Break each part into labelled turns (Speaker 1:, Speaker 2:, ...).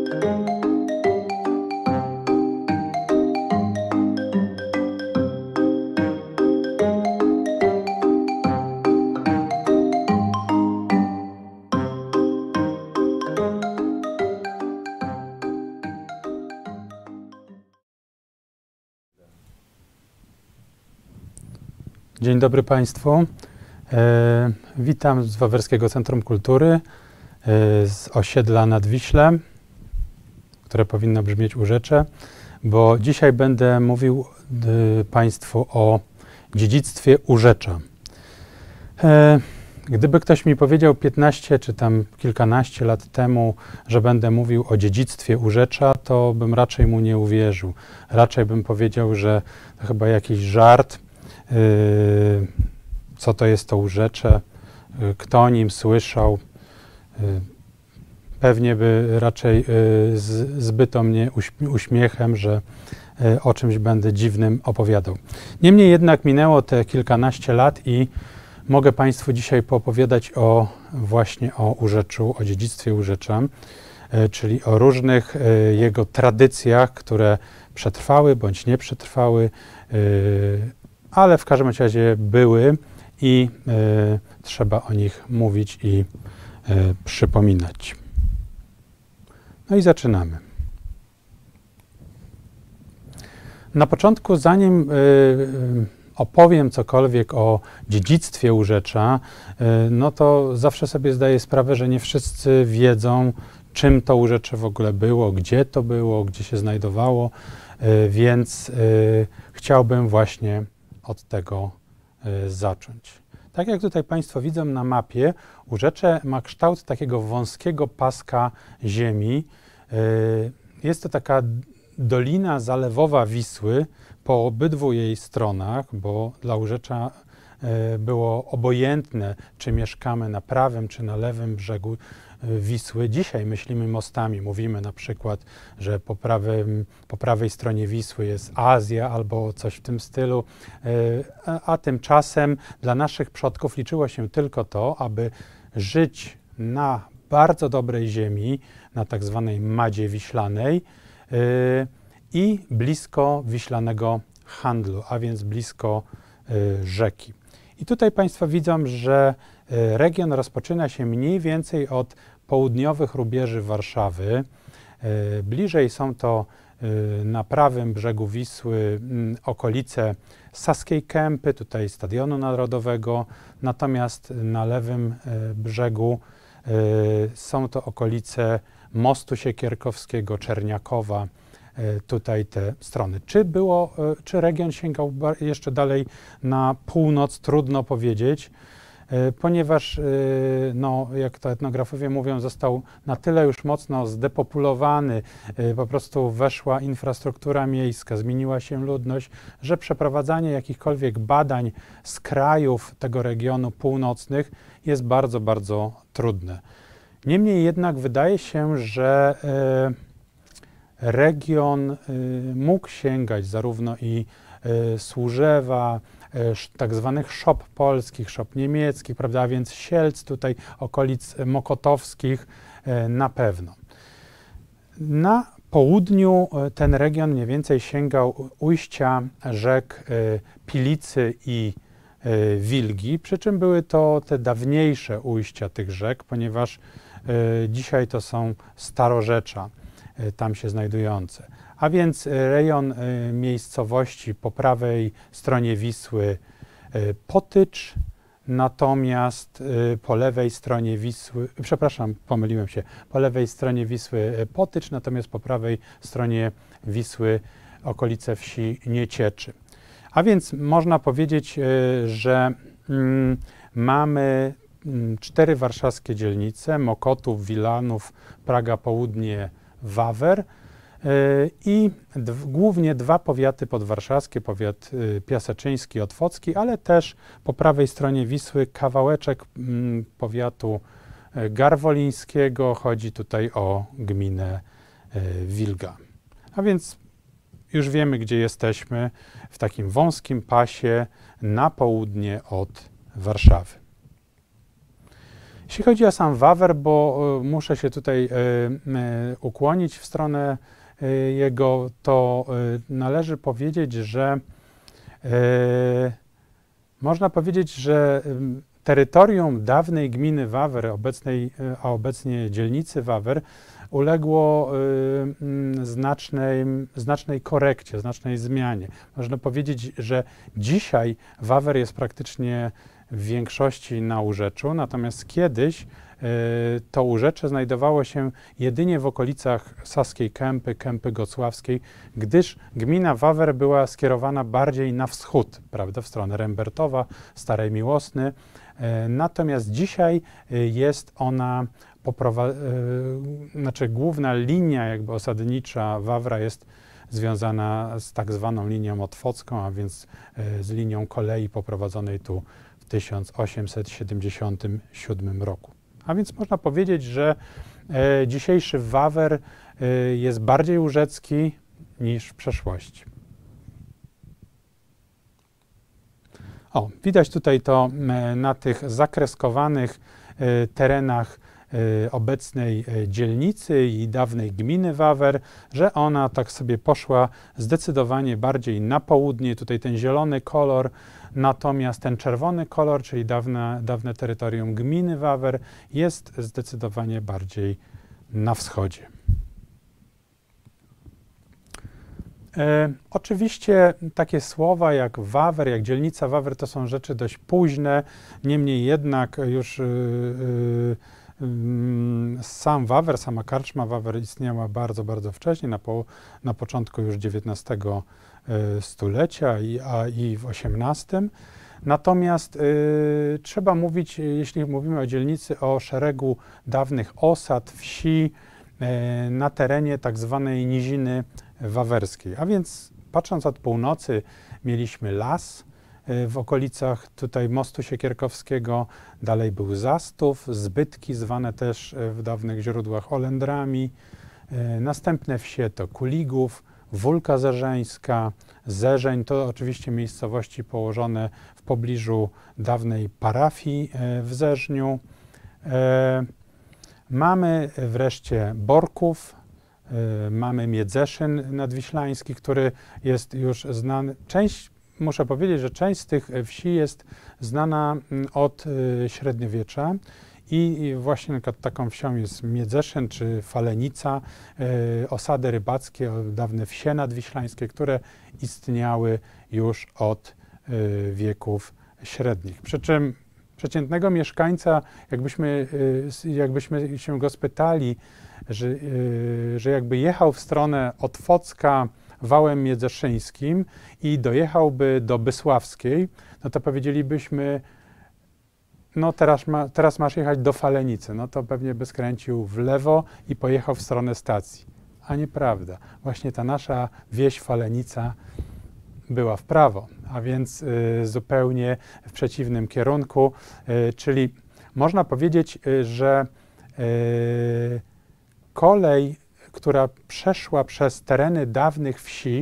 Speaker 1: Dzień dobry Państwu. Witam z Wawerskiego Centrum Kultury, z osiedla nad Wiśle, które powinno brzmieć urzecze, bo dzisiaj będę mówił Państwu o dziedzictwie urzecza. Gdyby ktoś mi powiedział 15 czy tam kilkanaście lat temu, że będę mówił o dziedzictwie urzecza, to bym raczej mu nie uwierzył. Raczej bym powiedział, że to chyba jakiś żart. Co to jest to urzecze, kto o nim słyszał. Pewnie by raczej zbyto mnie uśmiechem, że o czymś będę dziwnym opowiadał. Niemniej jednak minęło te kilkanaście lat i mogę Państwu dzisiaj poopowiadać właśnie o urzeczu, o dziedzictwie urzecza, czyli o różnych jego tradycjach, które przetrwały bądź nie przetrwały, ale w każdym razie były i trzeba o nich mówić i przypominać. No i zaczynamy. Na początku, zanim opowiem cokolwiek o dziedzictwie urzecza, no to zawsze sobie zdaję sprawę, że nie wszyscy wiedzą, czym to urzecze w ogóle było, gdzie się znajdowało, więc chciałbym właśnie od tego zacząć. Tak jak tutaj Państwo widzą na mapie, urzecze ma kształt takiego wąskiego paska ziemi. Jest to taka dolina zalewowa Wisły po obydwu jej stronach, bo dla urzecza było obojętne, czy mieszkamy na prawym, czy na lewym brzegu Wisły. Dzisiaj myślimy mostami. Mówimy na przykład, że po prawej stronie Wisły jest Azja albo coś w tym stylu, a tymczasem dla naszych przodków liczyło się tylko to, aby żyć na bardzo dobrej ziemi, na tak zwanej madzie wiślanej i blisko wiślanego handlu, a więc blisko rzeki. I tutaj Państwo widzą, że region rozpoczyna się mniej więcej od południowych rubieży Warszawy. Bliżej są to na prawym brzegu Wisły okolice Saskiej Kępy, tutaj Stadionu Narodowego, natomiast na lewym brzegu są to okolice Mostu Siekierkowskiego, Czerniakowa, tutaj te strony. Czy region sięgał jeszcze dalej na północ, trudno powiedzieć, ponieważ, no, jak to etnografowie mówią, został na tyle już mocno zdepopulowany, po prostu weszła infrastruktura miejska, zmieniła się ludność, że przeprowadzanie jakichkolwiek badań z krajów tego regionu północnych jest bardzo, bardzo trudne. Niemniej jednak wydaje się, że region mógł sięgać zarówno i Służewa, tak zwanych szop polskich, szop niemieckich, prawda, a więc Sielc, tutaj okolic mokotowskich na pewno. Na południu ten region mniej więcej sięgał ujścia rzek Pilicy i Wilgi, przy czym były to te dawniejsze ujścia tych rzek, ponieważ dzisiaj to są starorzecza tam się znajdujące. A więc rejon miejscowości po prawej stronie Wisły Potycz, natomiast po lewej stronie Wisły, przepraszam, pomyliłem się, po lewej stronie Wisły Potycz, natomiast po prawej stronie Wisły okolice wsi Niecieczy. A więc można powiedzieć, że mamy 4 warszawskie dzielnice: Mokotów, Wilanów, Praga Południe, Wawer i głównie 2 powiaty podwarszawskie, powiat piaseczyński, otwocki, ale też po prawej stronie Wisły kawałeczek powiatu garwolińskiego. Chodzi tutaj o gminę Wilga. A więc już wiemy, gdzie jesteśmy, w takim wąskim pasie na południe od Warszawy. Jeśli chodzi o sam Wawer, bo muszę się tutaj ukłonić w stronę jego, to należy powiedzieć, że można powiedzieć, że terytorium dawnej gminy Wawer, a obecnie dzielnicy Wawer, uległo znacznej korekcie, znacznej zmianie. Można powiedzieć, że dzisiaj Wawer jest praktycznie w większości na Urzeczu, natomiast kiedyś to Urzecze znajdowało się jedynie w okolicach Saskiej Kępy, Kępy Gocławskiej, gdyż gmina Wawer była skierowana bardziej na wschód, prawda, w stronę Rembertowa, Starej Miłosny. Natomiast dzisiaj jest ona, główna linia jakby osadnicza Wawra jest związana z tak zwaną linią otwocką, a więc z linią kolei poprowadzonej tu w 1877 roku. A więc można powiedzieć, że dzisiejszy Wawer jest bardziej urzecki niż w przeszłości. O, widać tutaj to na tych zakreskowanych terenach obecnej dzielnicy i dawnej gminy Wawer, że ona tak sobie poszła zdecydowanie bardziej na południe, tutaj ten zielony kolor, natomiast ten czerwony kolor, czyli dawne terytorium gminy Wawer, jest zdecydowanie bardziej na wschodzie. Oczywiście takie słowa jak Wawer, jak dzielnica Wawer to są rzeczy dość późne, niemniej jednak już sam Wawer, sama karczma Wawer istniała bardzo, bardzo wcześnie, na początku już XIX stulecia i w XVIII. Natomiast trzeba mówić, jeśli mówimy o dzielnicy, o szeregu dawnych osad, wsi na terenie tak zwanej Niziny Wawerskiej. A więc patrząc od północy mieliśmy las w okolicach tutaj Mostu Siekierkowskiego, dalej był Zastów, Zbytki zwane też w dawnych źródłach Olendrami, następne wsie to Kuligów, Wólka Zerzeńska, Zerzeń, to oczywiście miejscowości położone w pobliżu dawnej parafii w Zerzniu. Mamy wreszcie Borków, mamy Miedzeszyn nadwiślański, który jest już znany. Muszę powiedzieć, że część z tych wsi jest znana od średniowiecza i właśnie na przykład taką wsią jest Miedzeszyn czy Falenica, osady rybackie, dawne wsie nadwiślańskie, które istniały już od wieków średnich. Przy czym przeciętnego mieszkańca, jakbyśmy się go spytali, że jakby jechał w stronę Otwocka wałem miedzeszyńskim i dojechałby do Bysławskiej, no to powiedzielibyśmy, no teraz masz jechać do Falenicy, no to pewnie by skręcił w lewo i pojechał w stronę stacji. A nieprawda. Właśnie ta nasza wieś Falenica była w prawo, a więc zupełnie w przeciwnym kierunku, czyli można powiedzieć, że kolej, która przeszła przez tereny dawnych wsi,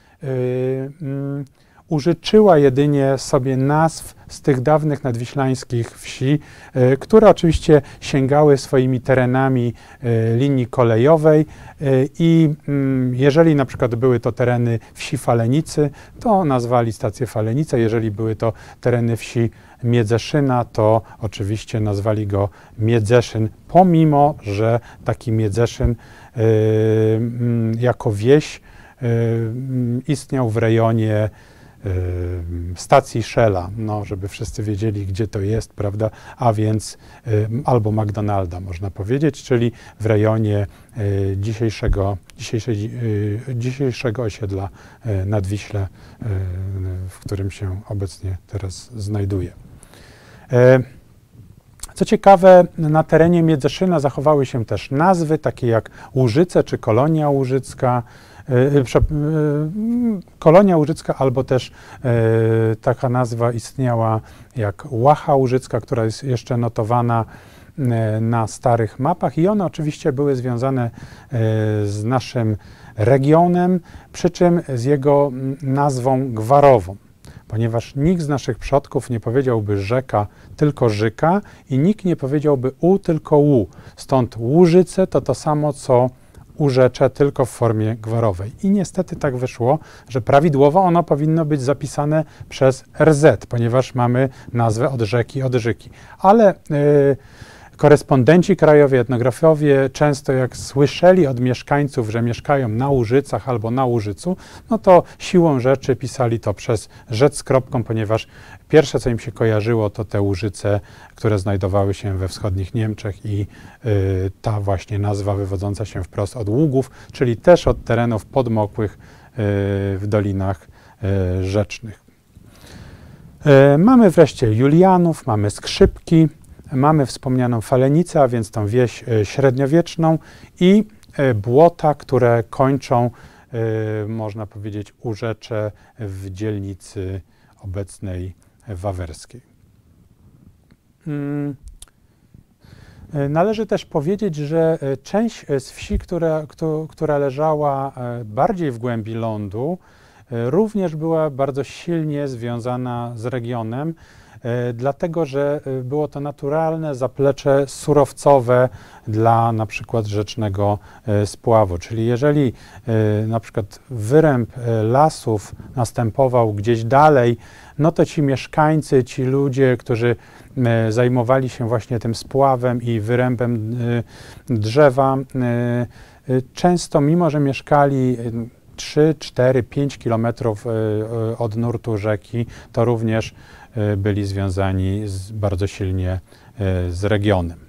Speaker 1: użyczyła jedynie sobie nazw z tych dawnych nadwiślańskich wsi, które oczywiście sięgały swoimi terenami linii kolejowej i jeżeli na przykład były to tereny wsi Falenicy, to nazwali stację Falenicę, jeżeli były to tereny wsi Miedzeszyna, to oczywiście nazwali go Miedzeszyn, pomimo że taki Miedzeszyn jako wieś istniał w rejonie stacji Shella, no, żeby wszyscy wiedzieli, gdzie to jest, prawda, a więc albo McDonalda, można powiedzieć, czyli w rejonie dzisiejszego osiedla nad Wiśle, w którym się obecnie teraz znajduje. Co ciekawe, na terenie Miedzeszyna zachowały się też nazwy, takie jak Łużyce czy Kolonia Łużycka, Kolonia Łużycka, albo też taka nazwa istniała jak Łacha Łużycka, która jest jeszcze notowana na starych mapach i one oczywiście były związane z naszym regionem, przy czym z jego nazwą gwarową. ponieważ nikt z naszych przodków nie powiedziałby rzeka, tylko żyka i nikt nie powiedziałby tylko łu. Stąd Łużyce to to samo, co Urzecze, tylko w formie gwarowej. I niestety tak wyszło, że prawidłowo ono powinno być zapisane przez RZ, ponieważ mamy nazwę od rzeki, od Żyki. Ale korespondenci krajowi, etnografowie często jak słyszeli od mieszkańców, że mieszkają na Łużycach albo na Łużycu, no to siłą rzeczy pisali to przez rzec z kropką, ponieważ pierwsze, co im się kojarzyło, to te Łużyce, które znajdowały się we wschodnich Niemczech i ta właśnie nazwa wywodząca się wprost od ługów, czyli też od terenów podmokłych w dolinach rzecznych. Mamy wreszcie Julianów, mamy Skrzypki, mamy wspomnianą Falenicę, a więc tą wieś średniowieczną i błota, które kończą, można powiedzieć, Urzecze w dzielnicy obecnej wawerskiej. Należy też powiedzieć, że część z wsi, która leżała bardziej w głębi lądu, również była bardzo silnie związana z regionem, dlatego że było to naturalne zaplecze surowcowe dla na przykład rzecznego spławu. Czyli jeżeli na przykład wyręb lasów następował gdzieś dalej, no to ci mieszkańcy, ci ludzie, którzy zajmowali się właśnie tym spławem i wyrębem drzewa, często mimo, że mieszkali 3, 4, 5 kilometrów od nurtu rzeki, to również byli związani bardzo silnie z regionem.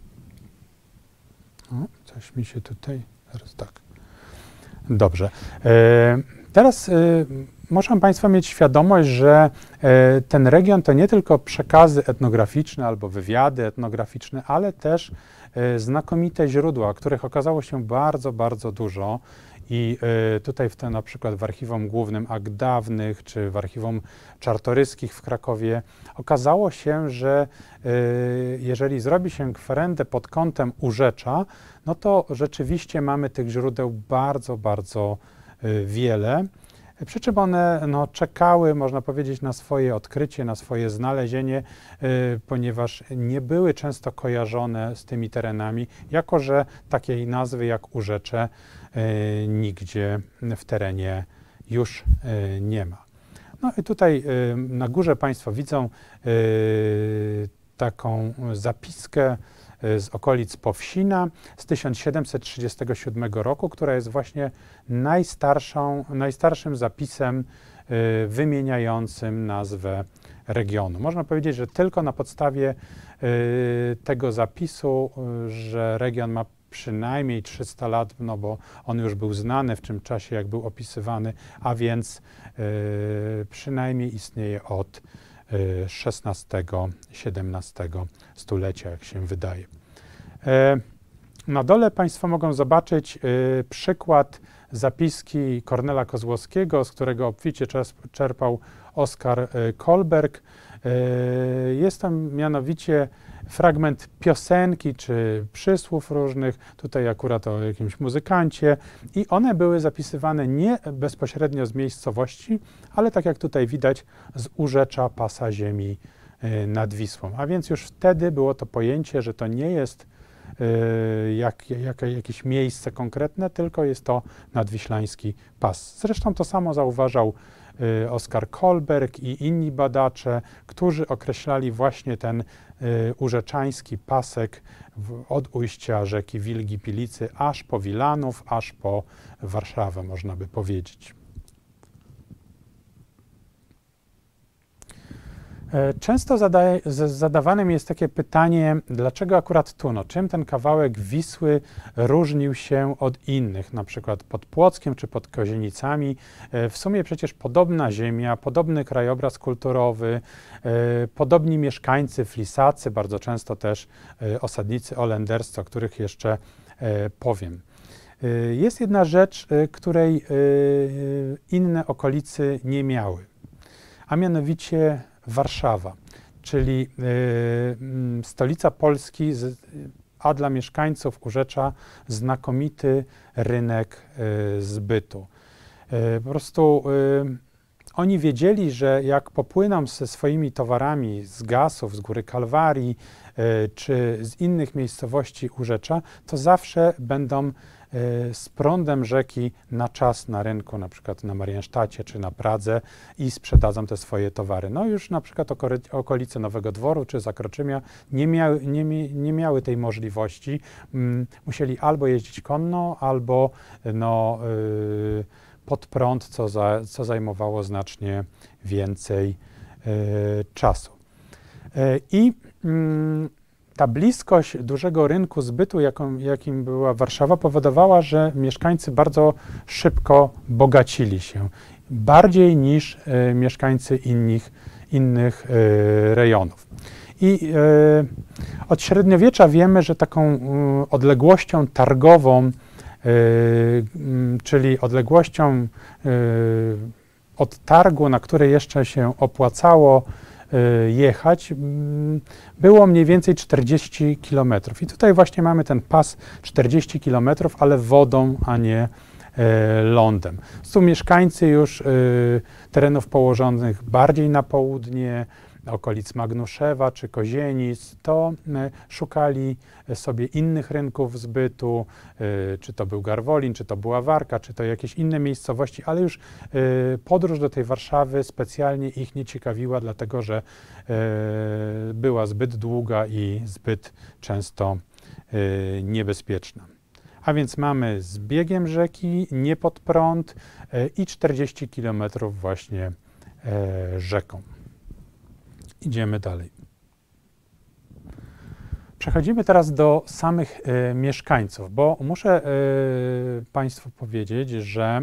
Speaker 1: O, coś mi się tutaj... Zaraz tak. Dobrze. Teraz muszą Państwo mieć świadomość, że ten region to nie tylko przekazy etnograficzne albo wywiady etnograficzne, ale też znakomite źródła, których okazało się bardzo, bardzo dużo. I tutaj na przykład w Archiwum Głównym Akt Dawnych czy w Archiwum Czartoryskich w Krakowie okazało się, że jeżeli zrobi się kwerendę pod kątem Urzecza, no to rzeczywiście mamy tych źródeł bardzo, bardzo wiele. Przy czym one czekały, można powiedzieć, na swoje odkrycie, na swoje znalezienie, ponieważ nie były często kojarzone z tymi terenami, jako że takiej nazwy jak Urzecze nigdzie w terenie już nie ma. No i tutaj na górze Państwo widzą taką zapiskę z okolic Powsina z 1737 roku, która jest właśnie najstarszym zapisem wymieniającym nazwę regionu. Można powiedzieć, że tylko na podstawie tego zapisu, że region ma przynajmniej 300 lat, no bo on już był znany w tym czasie, jak był opisywany, a więc przynajmniej istnieje od XVI-XVII stulecia, jak się wydaje. Na dole Państwo mogą zobaczyć przykład zapiski Kornela Kozłowskiego, z którego obficie czerpał Oskar Kolberg. Jest tam mianowicie fragment piosenki czy przysłów różnych, tutaj akurat o jakimś muzykancie, i one były zapisywane nie bezpośrednio z miejscowości, ale tak jak tutaj widać, z Urzecza pasa ziemi nad Wisłą. A więc już wtedy było to pojęcie, że to nie jest jakieś miejsce konkretne, tylko jest to nadwiślański pas. Zresztą to samo zauważał Oskar Kolberg i inni badacze, którzy określali właśnie ten urzeczański pasek od ujścia rzeki Wilgi-Pilicy aż po Wilanów, aż po Warszawę, można by powiedzieć. Często zadawanym jest takie pytanie, dlaczego akurat tu? No, czym ten kawałek Wisły różnił się od innych, na przykład pod Płockiem czy pod Kozienicami? W sumie przecież podobna ziemia, podobny krajobraz kulturowy, podobni mieszkańcy, flisacy, bardzo często też osadnicy olenderscy, o których jeszcze powiem. Jest jedna rzecz, której inne okolicy nie miały, a mianowicie Warszawa, czyli stolica Polski, a dla mieszkańców Urzecza znakomity rynek zbytu. Po prostu oni wiedzieli, że jak popłyną ze swoimi towarami z Gasów, z Góry Kalwarii czy z innych miejscowości urzecza, to zawsze będą z prądem rzeki na czas na rynku, na przykład na Mariensztacie czy na Pradze i sprzedadzą te swoje towary. No już na przykład okolice Nowego Dworu czy Zakroczymia nie miały tej możliwości. Musieli albo jeździć konno, albo no, pod prąd, co zajmowało znacznie więcej czasu. I ta bliskość dużego rynku zbytu, jakim była Warszawa, powodowała, że mieszkańcy bardzo szybko bogacili się, bardziej niż mieszkańcy innych rejonów. I od średniowiecza wiemy, że taką odległością targową, czyli odległością od targu, na które jeszcze się opłacało jechać, było mniej więcej 40 km. I tutaj właśnie mamy ten pas 40 km, ale wodą, a nie lądem. Są mieszkańcy już terenów położonych bardziej na południe, okolic Magnuszewa czy Kozienic, to szukali sobie innych rynków zbytu, czy to był Garwolin, czy to była Warka, czy to jakieś inne miejscowości, ale już podróż do tej Warszawy specjalnie ich nie ciekawiła, dlatego że była zbyt długa i zbyt często niebezpieczna. A więc mamy z biegiem rzeki, nie pod prąd i 40 km właśnie rzeką. Idziemy dalej. Przechodzimy teraz do samych mieszkańców, bo muszę Państwu powiedzieć, że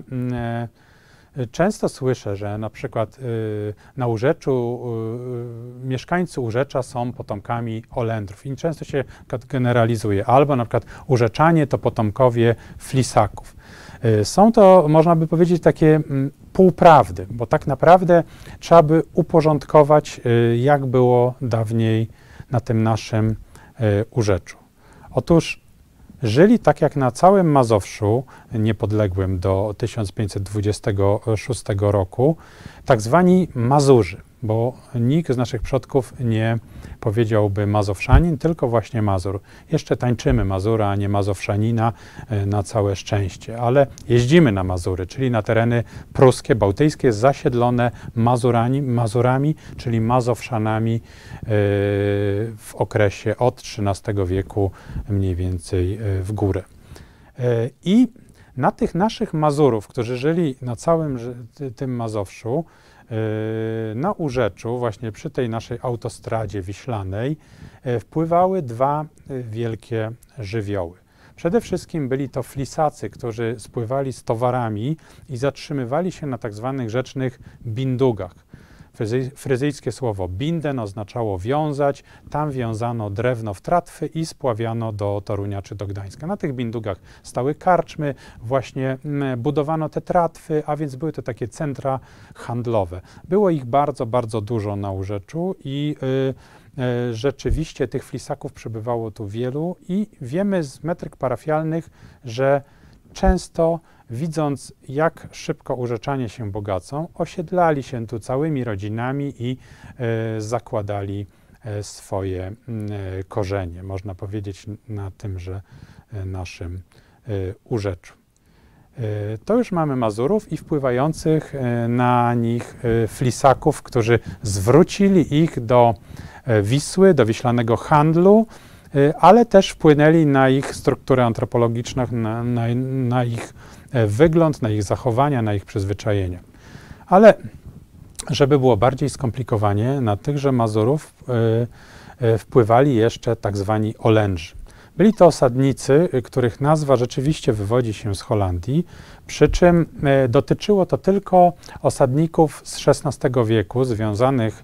Speaker 1: często słyszę, że na przykład na Urzeczu mieszkańcy Urzecza są potomkami Olendrów i często się generalizuje, albo na przykład Urzeczanie to potomkowie Flisaków. Są to, można by powiedzieć, takie półprawdy, bo tak naprawdę trzeba by uporządkować, jak było dawniej na tym naszym Urzeczu. Otóż żyli tak jak na całym Mazowszu niepodległym do 1526 roku tak zwani Mazurzy, bo nikt z naszych przodków nie powiedziałby Mazowszanin, tylko właśnie Mazur. Jeszcze tańczymy Mazura, a nie Mazowszanina na całe szczęście, ale jeździmy na Mazury, czyli na tereny pruskie, bałtyckie, zasiedlone Mazurami, czyli Mazowszanami w okresie od XIII wieku mniej więcej w górę. I na tych naszych Mazurów, którzy żyli na całym tym Mazowszu, na Urzeczu, właśnie przy tej naszej autostradzie wiślanej, wpływały dwa wielkie żywioły. Przede wszystkim byli to Flisacy, którzy spływali z towarami i zatrzymywali się na tak zwanych rzecznych bindugach. Fryzyjskie słowo binden oznaczało wiązać, tam wiązano drewno w tratwy i spławiano do Torunia czy do Gdańska. Na tych bindugach stały karczmy, właśnie budowano te tratwy, a więc były to takie centra handlowe. Było ich bardzo, bardzo dużo na Urzeczu i rzeczywiście tych Flisaków przybywało tu wielu i wiemy z metryk parafialnych, że często widząc, jak szybko urzeczanie się bogacą, osiedlali się tu całymi rodzinami i zakładali swoje korzenie, można powiedzieć, na tymże naszym Urzeczu. To już mamy Mazurów i wpływających na nich Flisaków, którzy zwrócili ich do Wisły, do wiślanego handlu, ale też wpłynęli na ich strukturę antropologiczną, na ich wygląd, na ich zachowania, na ich przyzwyczajenia. Ale żeby było bardziej skomplikowanie, na tychże Mazurów wpływali jeszcze tak zwani Olendrzy. Byli to osadnicy, których nazwa rzeczywiście wywodzi się z Holandii, przy czym dotyczyło to tylko osadników z XVI wieku, związanych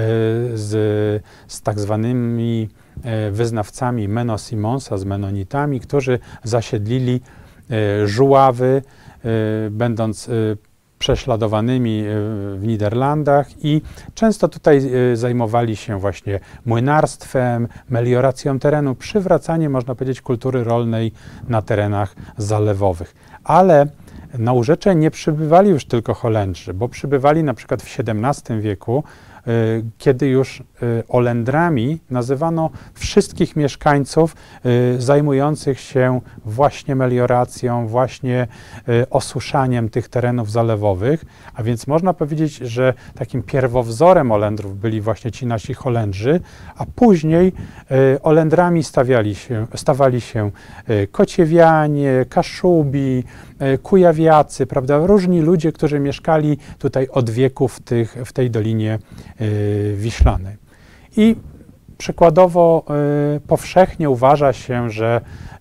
Speaker 1: z tak zwanymi wyznawcami Menno Simonsa, z menonitami, którzy zasiedlili Żuławy, będąc prześladowanymi w Niderlandach i często tutaj zajmowali się właśnie młynarstwem, melioracją terenu, przywracaniem, można powiedzieć, kultury rolnej na terenach zalewowych. Ale na Urzecze nie przybywali już tylko Holendrzy, bo przybywali na przykład w XVII wieku, kiedy już Olendrami nazywano wszystkich mieszkańców zajmujących się właśnie melioracją, właśnie osuszaniem tych terenów zalewowych, a więc można powiedzieć, że takim pierwowzorem Olendrów byli właśnie ci nasi Holendrzy, a później Olendrami stawali się Kociewianie, Kaszubi, Kujawiacy, prawda, różni ludzie, którzy mieszkali tutaj od wieków w tej Dolinie Wiślanej. I przykładowo powszechnie uważa się, że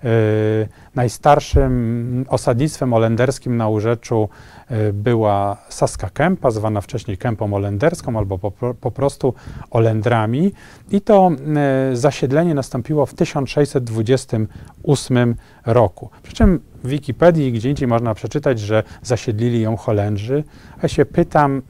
Speaker 1: najstarszym osadnictwem olenderskim na Urzeczu była Saska Kępa, zwana wcześniej Kępą Olenderską albo po prostu Olendrami. I to zasiedlenie nastąpiło w 1628 roku. Przy czym w Wikipedii i gdzie indziej można przeczytać, że zasiedlili ją Holendrzy. Ja się pytam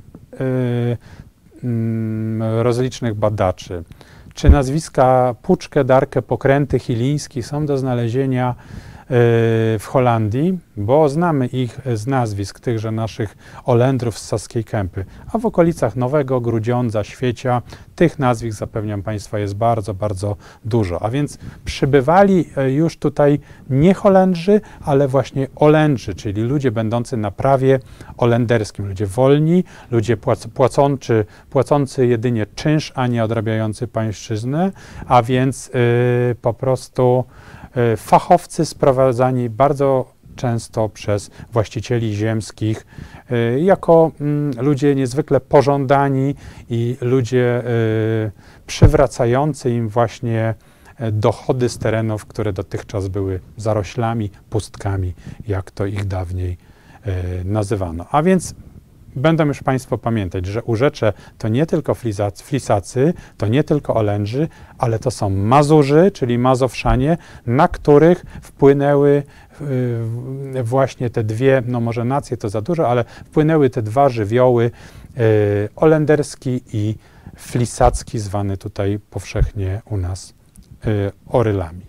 Speaker 1: rozlicznych badaczy, czy nazwiska Puczkę, Darkę, Pokręty, Chiliński są do znalezienia w Holandii, bo znamy ich z nazwisk tychże naszych Olendrów z Saskiej Kępy, a w okolicach Nowego, Grudziądza, Świecia tych nazwisk, zapewniam Państwa, jest bardzo, bardzo dużo. A więc przybywali już tutaj nie Holendrzy, ale właśnie Olendrzy, czyli ludzie będący na prawie olenderskim, ludzie wolni, ludzie płacący jedynie czynsz, a nie odrabiający pańszczyznę, a więc po prostu fachowcy sprowadzani bardzo często przez właścicieli ziemskich jako ludzie niezwykle pożądani i ludzie przywracający im właśnie dochody z terenów, które dotychczas były zaroślami, pustkami, jak to ich dawniej nazywano. A więc będą już Państwo pamiętać, że Urzecze to nie tylko Flisacy, to nie tylko Olendrzy, ale to są Mazurzy, czyli Mazowszanie, na których wpłynęły właśnie te dwie, no może nacje to za dużo, ale wpłynęły te dwa żywioły, olenderski i flisacki, zwany tutaj powszechnie u nas Orylami.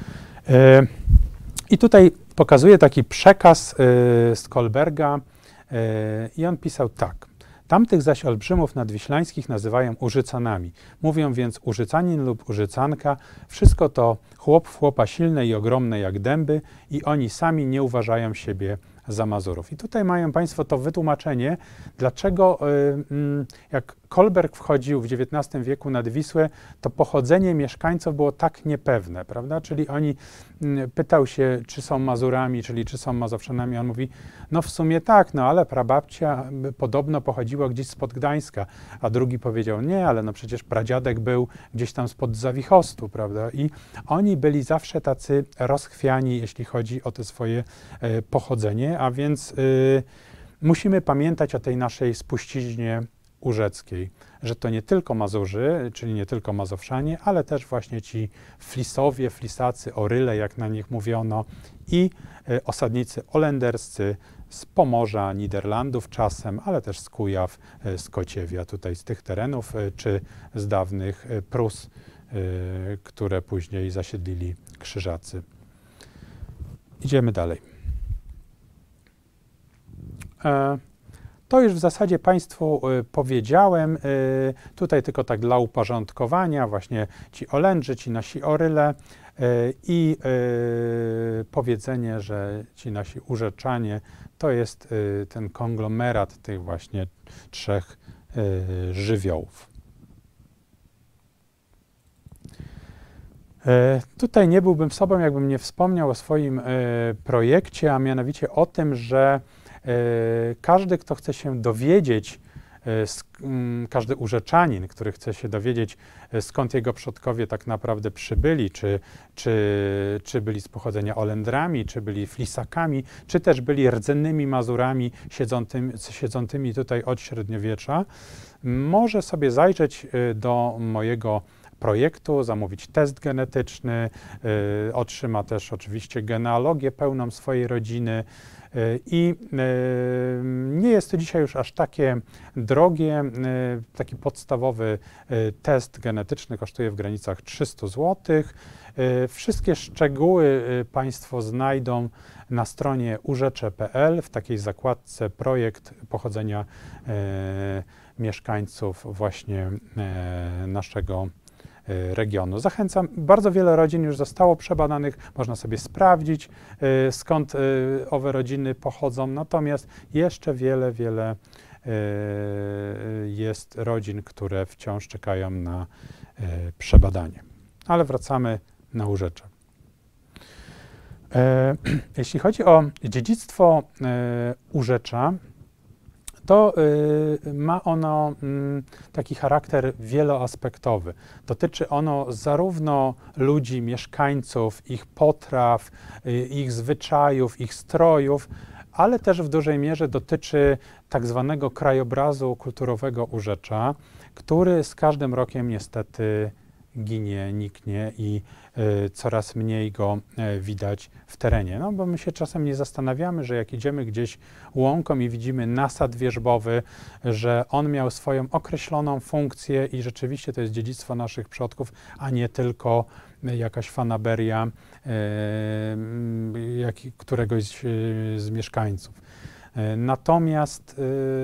Speaker 1: I tutaj pokazuję taki przekaz z Kolberga, i on pisał tak. Tamtych zaś olbrzymów nadwiślańskich nazywają Użycanami. Mówią więc Użycanin lub Użycanka. Wszystko to chłop w chłopa silne i ogromne jak dęby i oni sami nie uważają siebie za Mazurów. I tutaj mają Państwo to wytłumaczenie, dlaczego jak Kolberg wchodził w XIX wieku nad Wisłę, to pochodzenie mieszkańców było tak niepewne, prawda? Czyli oni pytał się, czy są Mazurami, czyli czy są Mazowszanami. On mówi, no w sumie tak, no ale prababcia podobno pochodziła gdzieś spod Gdańska, a drugi powiedział, nie, ale no przecież pradziadek był gdzieś tam spod Zawichostu, prawda? I oni byli zawsze tacy rozchwiani, jeśli chodzi o to swoje pochodzenie, a więc musimy pamiętać o tej naszej spuściźnie urzeckiej, że to nie tylko Mazurzy, czyli nie tylko Mazowszanie, ale też właśnie ci Flisowie, Flisacy, Oryle, jak na nich mówiono, i osadnicy olenderscy z Pomorza, Niderlandów czasem, ale też z Kujaw, z Kociewia, tutaj z tych terenów, czy z dawnych Prus, które później zasiedlili Krzyżacy. Idziemy dalej. To już w zasadzie Państwu powiedziałem, tutaj tylko tak dla uporządkowania, właśnie ci Olendrzy, ci nasi Oryle i powiedzenie, że ci nasi Urzeczanie to jest ten konglomerat tych właśnie trzech żywiołów. Tutaj nie byłbym sobą, jakbym nie wspomniał o swoim projekcie, a mianowicie o tym, że każdy, kto chce się dowiedzieć, każdy urzeczanin, który chce się dowiedzieć, skąd jego przodkowie tak naprawdę przybyli, czy byli z pochodzenia Olendrami, czy byli Flisakami, czy też byli rdzennymi Mazurami siedzącymi tutaj od średniowiecza, może sobie zajrzeć do mojego projektu, zamówić test genetyczny, otrzyma też oczywiście genealogię pełną swojej rodziny, I nie jest to dzisiaj już aż takie drogie. Taki podstawowy test genetyczny kosztuje w granicach 300 zł. Wszystkie szczegóły Państwo znajdą na stronie urzecze.pl w takiej zakładce projekt pochodzenia mieszkańców właśnie naszego regionu. Zachęcam, bardzo wiele rodzin już zostało przebadanych, można sobie sprawdzić, skąd owe rodziny pochodzą, natomiast jeszcze wiele jest rodzin, które wciąż czekają na przebadanie. Ale wracamy na Urzecze. Jeśli chodzi o dziedzictwo Urzecza, to ma ono taki charakter wieloaspektowy. Dotyczy ono zarówno ludzi, mieszkańców, ich potraw, ich zwyczajów, ich strojów, ale też w dużej mierze dotyczy tak zwanego krajobrazu kulturowego Urzecza, który z każdym rokiem niestety ginie, niknie i coraz mniej go widać w terenie. No bo my się czasem nie zastanawiamy, że jak idziemy gdzieś łąką i widzimy nasad wierzbowy, że on miał swoją określoną funkcję i rzeczywiście to jest dziedzictwo naszych przodków, a nie tylko jakaś fanaberia któregoś z mieszkańców. Natomiast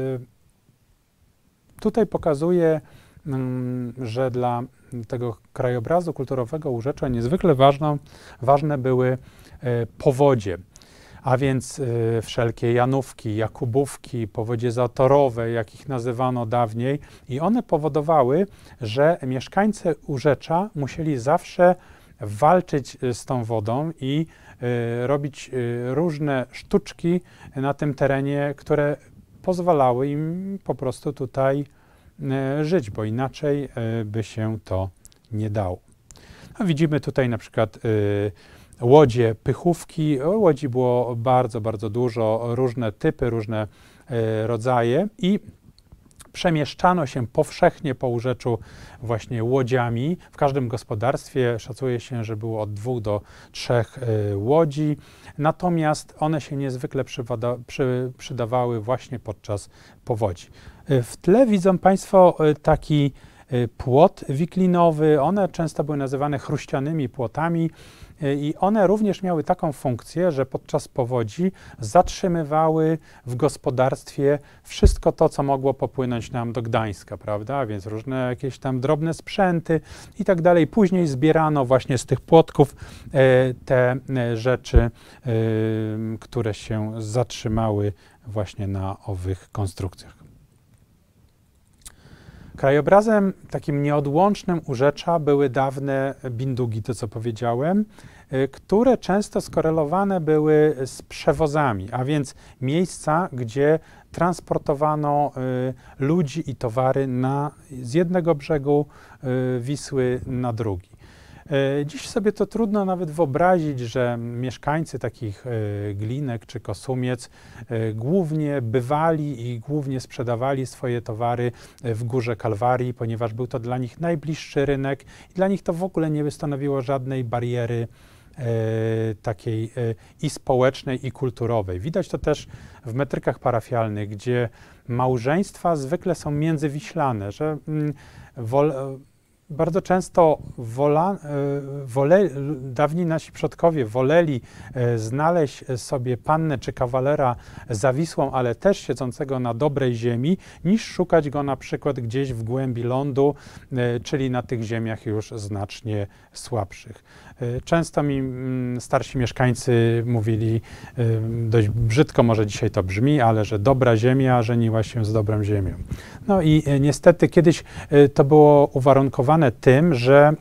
Speaker 1: tutaj pokazuje, że dla tego krajobrazu kulturowego Urzecza niezwykle ważne były powodzie, a więc wszelkie Janówki, Jakubówki, powodzie zatorowe, jak ich nazywano dawniej, i one powodowały, że mieszkańcy Urzecza musieli zawsze walczyć z tą wodą i robić różne sztuczki na tym terenie, które pozwalały im po prostu tutaj żyć, bo inaczej by się to nie dało. No, widzimy tutaj na przykład łodzie, pychówki. Łodzi było bardzo dużo, różne typy, różne rodzaje i przemieszczano się powszechnie po Urzeczu właśnie łodziami. W każdym gospodarstwie szacuje się, że było od 2 do 3 łodzi, natomiast one się niezwykle przydawały właśnie podczas powodzi. W tle widzą Państwo taki płot wiklinowy. One często były nazywane chruścianymi płotami i one również miały taką funkcję, że podczas powodzi zatrzymywały w gospodarstwie wszystko to, co mogło popłynąć nam do Gdańska, prawda? A więc różne jakieś tam drobne sprzęty i tak dalej. Później zbierano właśnie z tych płotków te rzeczy, które się zatrzymały właśnie na owych konstrukcjach. Krajobrazem takim nieodłącznym Urzecza były dawne bindugi, to co powiedziałem, które często skorelowane były z przewozami, a więc miejsca, gdzie transportowano ludzi i towary z jednego brzegu Wisły na drugi. Dziś sobie to trudno nawet wyobrazić, że mieszkańcy takich Glinek czy Kosumiec głównie bywali i głównie sprzedawali swoje towary w Górze Kalwarii, ponieważ był to dla nich najbliższy rynek i dla nich to w ogóle nie stanowiło żadnej bariery takiej i społecznej, i kulturowej. Widać to też w metrykach parafialnych, gdzie małżeństwa zwykle są międzywiślane, że bardzo często dawni nasi przodkowie woleli znaleźć sobie pannę czy kawalera za Wisłą, ale też siedzącego na dobrej ziemi, niż szukać go na przykład gdzieś w głębi lądu, czyli na tych ziemiach już znacznie słabszych. Często mi starsi mieszkańcy mówili, dość brzydko może dzisiaj to brzmi, ale że dobra ziemia żeniła się z dobrą ziemią. No i niestety kiedyś to było uwarunkowane tym, że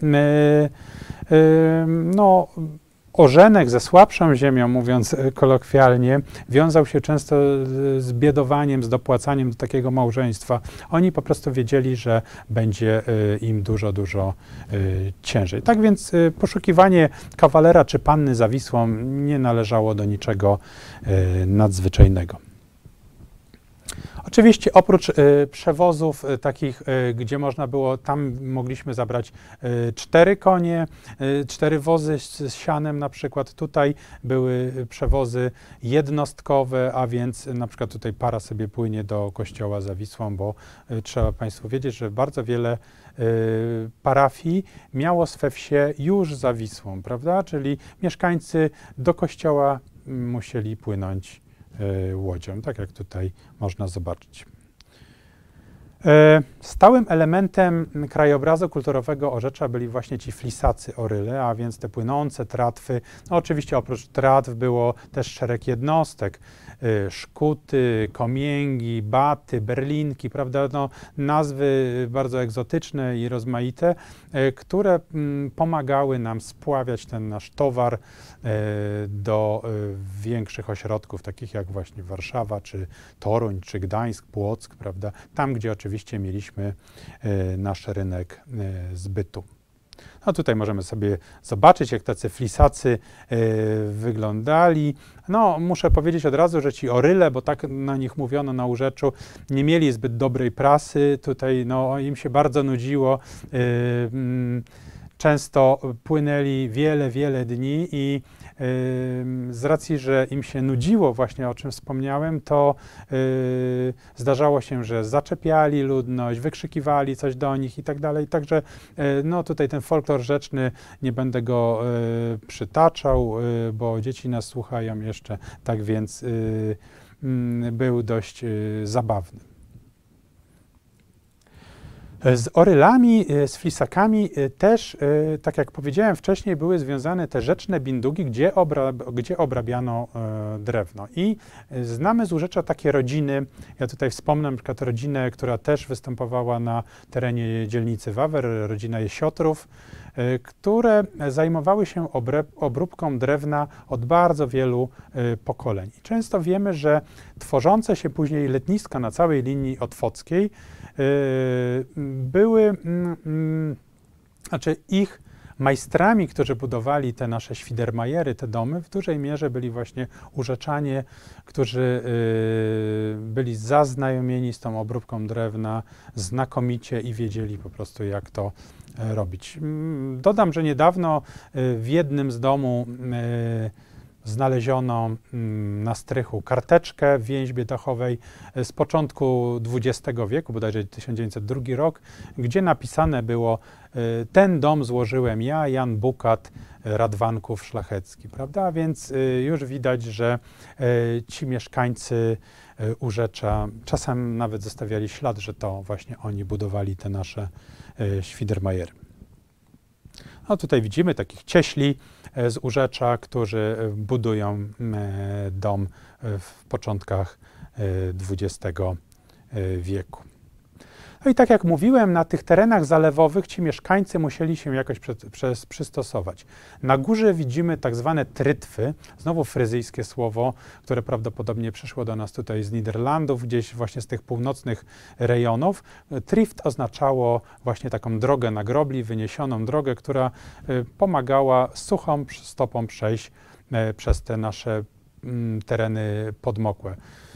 Speaker 1: ożenek ze słabszą ziemią, mówiąc kolokwialnie, wiązał się często z biedowaniem, z dopłacaniem do takiego małżeństwa. Oni po prostu wiedzieli, że będzie im dużo ciężej. Tak więc poszukiwanie kawalera czy panny za Wisłą nie należało do niczego nadzwyczajnego. Oczywiście oprócz przewozów takich, gdzie można było, tam mogliśmy zabrać 4 konie, 4 wozy z sianem na przykład. Tutaj były przewozy jednostkowe, a więc na przykład tutaj para sobie płynie do kościoła za Wisłą, bo trzeba Państwu wiedzieć, że bardzo wiele parafii miało swe wsie już za Wisłą, prawda? Czyli mieszkańcy do kościoła musieli płynąć łodzią, tak jak tutaj można zobaczyć. Stałym elementem krajobrazu kulturowego Orzecza byli właśnie ci flisacy Oryle, a więc te płynące tratwy. No oczywiście oprócz tratw było też szereg jednostek, szkuty, komięgi, baty, berlinki, prawda, no, nazwy bardzo egzotyczne i rozmaite, które pomagały nam spławiać ten nasz towar do większych ośrodków, takich jak właśnie Warszawa, czy Toruń, czy Gdańsk, Płock, prawda, tam, gdzie oczywiście mieliśmy nasz rynek zbytu. No tutaj możemy sobie zobaczyć, jak tacy flisacy wyglądali. No muszę powiedzieć od razu, że ci Oryle, bo tak na nich mówiono na Urzeczu, nie mieli zbyt dobrej prasy. Tutaj no, im się bardzo nudziło. Często płynęli wiele dni i z racji, że im się nudziło właśnie, o czym wspomniałem, to zdarzało się, że zaczepiali ludność, wykrzykiwali coś do nich i tak dalej. Także no tutaj ten folklor rzeczny, nie będę go przytaczał, bo dzieci nas słuchają jeszcze, tak więc był dość zabawny. Z orylami, z flisakami też, tak jak powiedziałem wcześniej, były związane te rzeczne bindugi, gdzie obrabiano drewno. I znamy z Urzecza takie rodziny, ja tutaj wspomnę na przykład rodzinę, która też występowała na terenie dzielnicy Wawer, rodzina Jesiotrów, które zajmowały się obróbką drewna od bardzo wielu pokoleń. I często wiemy, że tworzące się później letniska na całej linii otwockiej były, znaczy ich majstrami, którzy budowali te nasze świdermajery, te domy, w dużej mierze byli właśnie urzeczanie, którzy byli zaznajomieni z tą obróbką drewna znakomicie i wiedzieli po prostu, jak to robić. Dodam, że niedawno w jednym z domu znaleziono na strychu karteczkę w więźbie dachowej z początku XX wieku, bodajże 1902 rok, gdzie napisane było: ten dom złożyłem ja, Jan Bukat, Radwanków Szlachecki, prawda? Więc już widać, że ci mieszkańcy Urzecza czasem nawet zostawiali ślad, że to właśnie oni budowali te nasze świdermajery. No tutaj widzimy takich cieśli z Urzecza, którzy budują dom w początkach XX wieku. No i tak jak mówiłem, na tych terenach zalewowych ci mieszkańcy musieli się jakoś przystosować. Na górze widzimy tak zwane trytwy, znowu fryzyjskie słowo, które prawdopodobnie przyszło do nas tutaj z Niderlandów, gdzieś właśnie z tych północnych rejonów. Trift oznaczało właśnie taką drogę na grobli, wyniesioną drogę, która pomagała suchą stopą przejść przez te nasze tereny podmokłe.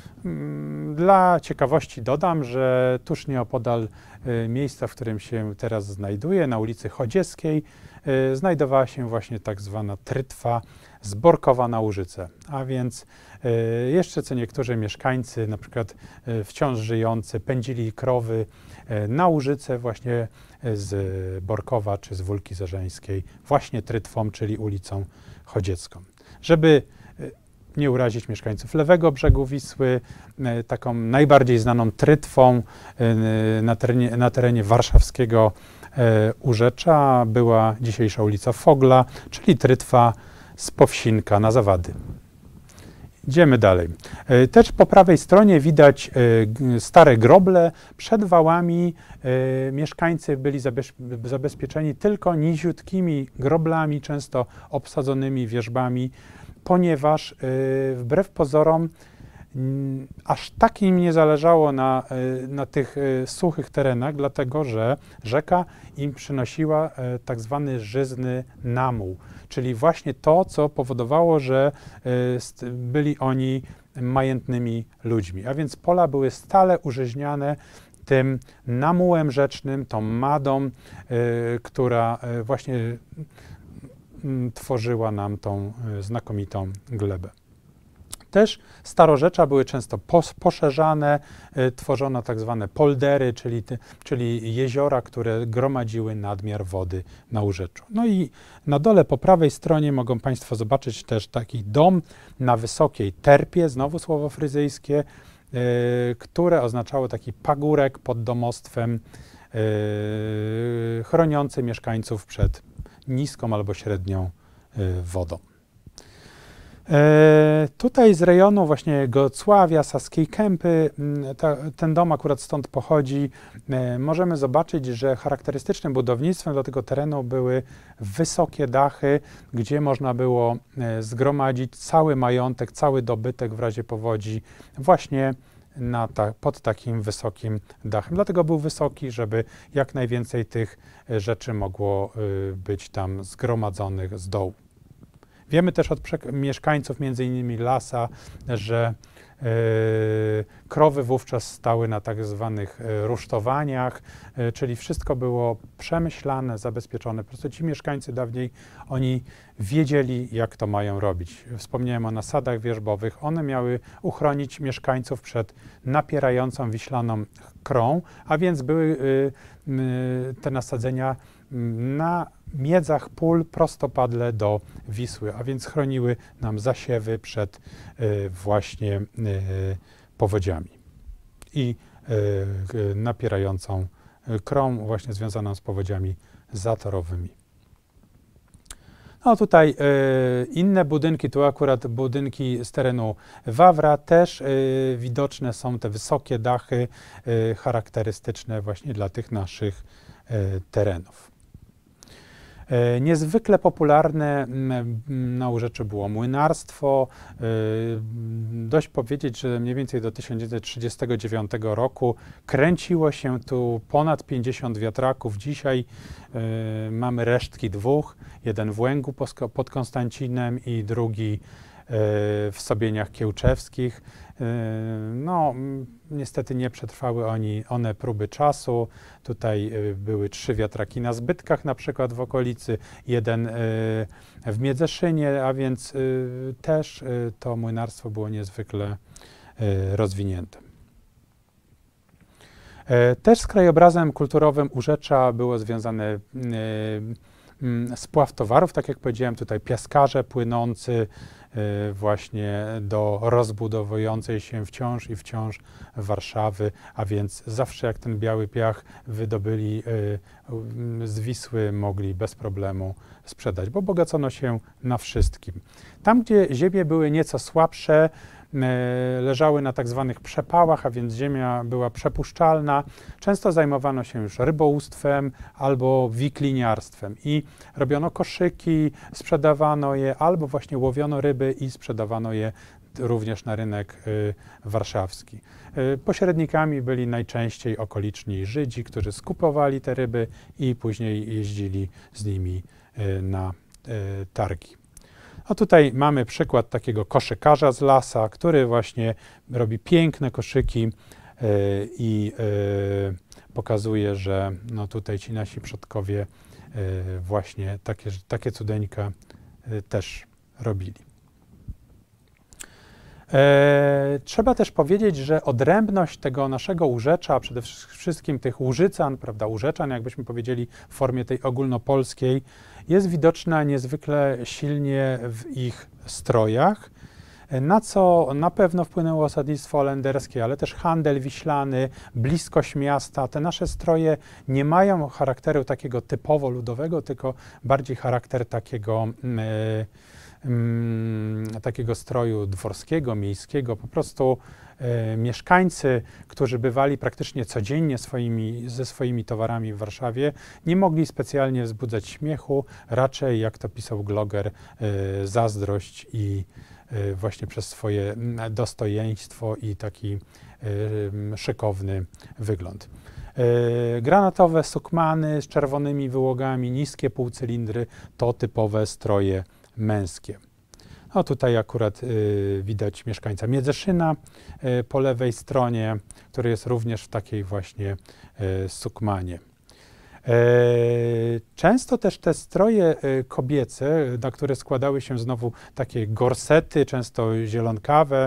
Speaker 1: Dla ciekawości dodam, że tuż nieopodal miejsca, w którym się teraz znajduję, na ulicy Chodzieckiej, znajdowała się właśnie tak zwana trytwa z Borkowa na Łużyce. A więc jeszcze co niektórzy mieszkańcy, na przykład wciąż żyjący, pędzili krowy na Łużyce właśnie z Borkowa czy z Wólki Zarzeńskiej, właśnie trytwą, czyli ulicą Chodziecką. Żeby nie urazić mieszkańców lewego brzegu Wisły, taką najbardziej znaną trytwą na terenie warszawskiego Urzecza była dzisiejsza ulica Fogla, czyli trytwa z Powsinka na Zawady. Idziemy dalej. Też po prawej stronie widać stare groble. Przed wałami mieszkańcy byli zabezpieczeni tylko niziutkimi groblami, często obsadzonymi wierzbami, ponieważ wbrew pozorom aż tak im nie zależało na tych suchych terenach, dlatego że rzeka im przynosiła tak zwany żyzny namuł, czyli właśnie to, co powodowało, że byli oni majętnymi ludźmi. A więc pola były stale użyźniane tym namułem rzecznym, tą madą, która właśnie tworzyła nam tą znakomitą glebę. Też starorzecza były często poszerzane, tworzono tak zwane poldery, czyli jeziora, które gromadziły nadmiar wody na urzeczu. No i na dole po prawej stronie mogą Państwo zobaczyć też taki dom na wysokiej terpie, znowu słowo fryzyjskie, które oznaczało taki pagórek pod domostwem chroniący mieszkańców przed niską albo średnią wodą. Tutaj z rejonu właśnie Gocławia, Saskiej Kępy, ten dom akurat stąd pochodzi, możemy zobaczyć, że charakterystycznym budownictwem dla tego terenu były wysokie dachy, gdzie można było zgromadzić cały majątek, cały dobytek w razie powodzi właśnie pod takim wysokim dachem. Dlatego był wysoki, żeby jak najwięcej tych rzeczy mogło być tam zgromadzonych z dołu. Wiemy też od mieszkańców, między innymi Lasa, że krowy wówczas stały na tak zwanych rusztowaniach, czyli wszystko było przemyślane, zabezpieczone. Po prostu ci mieszkańcy dawniej, oni wiedzieli, jak to mają robić. Wspomniałem o nasadach wierzbowych. One miały uchronić mieszkańców przed napierającą wiślaną krą, a więc były te nasadzenia na miedzach pól prostopadle do Wisły, a więc chroniły nam zasiewy przed właśnie powodziami i napierającą krą właśnie związaną z powodziami zatorowymi. No tutaj inne budynki, tu akurat budynki z terenu Wawra, też widoczne są te wysokie dachy charakterystyczne właśnie dla tych naszych terenów. Niezwykle popularne na urzeczu było młynarstwo. Dość powiedzieć, że mniej więcej do 1939 roku kręciło się tu ponad 50 wiatraków. Dzisiaj mamy resztki dwóch. Jeden w Łęgu pod Konstancinem i drugi w Sobieniach Kiełczewskich. No, niestety nie przetrwały one próby czasu. Tutaj były 3 wiatraki na Zbytkach, na przykład w okolicy, jeden w Miedzeszynie, a więc też to młynarstwo było niezwykle rozwinięte. Też z krajobrazem kulturowym urzecza było związane spław towarów, tak jak powiedziałem, tutaj piaskarze płynący właśnie do rozbudowującej się wciąż i wciąż Warszawy, a więc zawsze jak ten biały piach wydobyli z Wisły, mogli bez problemu sprzedać, bo bogacono się na wszystkim. Tam, gdzie ziemie były nieco słabsze, leżały na tak zwanych przepałach, a więc ziemia była przepuszczalna. Często zajmowano się już rybołówstwem albo wikliniarstwem i robiono koszyki, sprzedawano je, albo właśnie łowiono ryby i sprzedawano je również na rynek warszawski. Pośrednikami byli najczęściej okoliczni Żydzi, którzy skupowali te ryby i później jeździli z nimi na targi. A tutaj mamy przykład takiego koszykarza z Lasa, który właśnie robi piękne koszyki i pokazuje, że no tutaj ci nasi przodkowie właśnie takie cudeńka też robili. Trzeba też powiedzieć, że odrębność tego naszego urzecza, przede wszystkim tych łużycan, prawda, urzeczan, jakbyśmy powiedzieli w formie tej ogólnopolskiej, jest widoczna niezwykle silnie w ich strojach, na co na pewno wpłynęło osadnictwo holenderskie, ale też handel wiślany, bliskość miasta. Te nasze stroje nie mają charakteru takiego typowo ludowego, tylko bardziej charakter takiego stroju dworskiego, miejskiego. Po prostu mieszkańcy, którzy bywali praktycznie codziennie ze swoimi towarami w Warszawie, nie mogli specjalnie wzbudzać śmiechu, raczej, jak to pisał Gloger, zazdrość i właśnie przez swoje dostojeństwo i taki szykowny wygląd. Granatowe sukmany z czerwonymi wyłogami, niskie półcylindry to typowe stroje męskie. No tutaj akurat widać mieszkańca Miedzeszyna po lewej stronie, który jest również w takiej właśnie sukmanie. Często też te stroje kobiece, na które składały się znowu takie gorsety, często zielonkawe,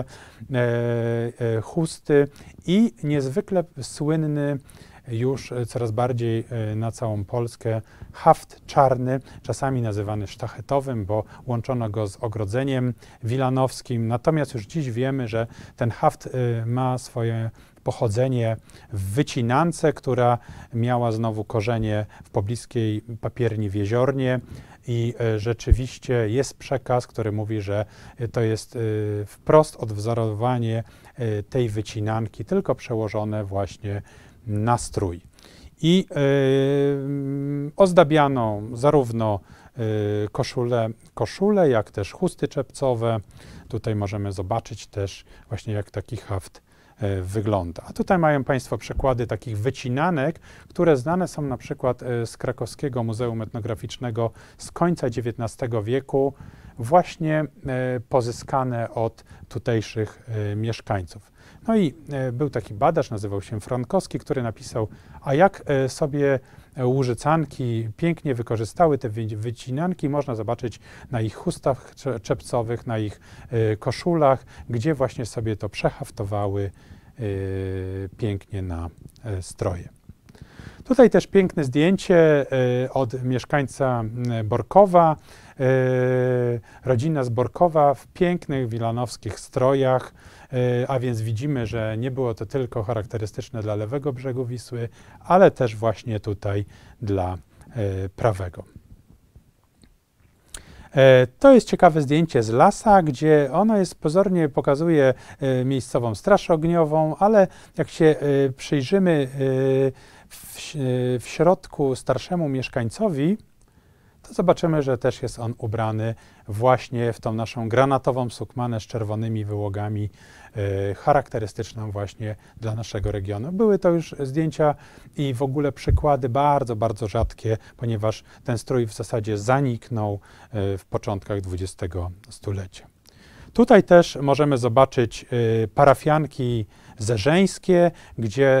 Speaker 1: chusty i niezwykle słynny już coraz bardziej na całą Polskę haft czarny, czasami nazywany sztachetowym, bo łączono go z ogrodzeniem wilanowskim. Natomiast już dziś wiemy, że ten haft ma swoje pochodzenie w wycinance, która miała znowu korzenie w pobliskiej papierni w Jeziornie i rzeczywiście jest przekaz, który mówi, że to jest wprost odwzorowanie tej wycinanki, tylko przełożone właśnie na strój. I ozdabiano zarówno koszule, jak też chusty czepcowe. Tutaj możemy zobaczyć też właśnie, jak taki haft wygląda. A tutaj mają Państwo przykłady takich wycinanek, które znane są na przykład z krakowskiego Muzeum Etnograficznego z końca XIX wieku, właśnie pozyskane od tutejszych mieszkańców. No i był taki badacz, nazywał się Frankowski, który napisał, a jak sobie łużycanki pięknie wykorzystały te wycinanki, można zobaczyć na ich chustach czepcowych, na ich koszulach, gdzie właśnie sobie to przehaftowały pięknie na stroje. Tutaj też piękne zdjęcie od mieszkańca Borkowa. Rodzina z Borkowa w pięknych wilanowskich strojach, a więc widzimy, że nie było to tylko charakterystyczne dla lewego brzegu Wisły, ale też właśnie tutaj dla prawego. To jest ciekawe zdjęcie z lasa, gdzie ono jest pozornie pokazuje miejscową straż ogniową, ale jak się przyjrzymy w środku starszemu mieszkańcowi, to zobaczymy, że też jest on ubrany właśnie w tą naszą granatową sukmanę z czerwonymi wyłogami, charakterystyczną właśnie dla naszego regionu. Były to już zdjęcia i w ogóle przykłady bardzo, bardzo rzadkie, ponieważ ten strój w zasadzie zaniknął w początkach XX stulecia. Tutaj też możemy zobaczyć parafianki zerzeńskie, gdzie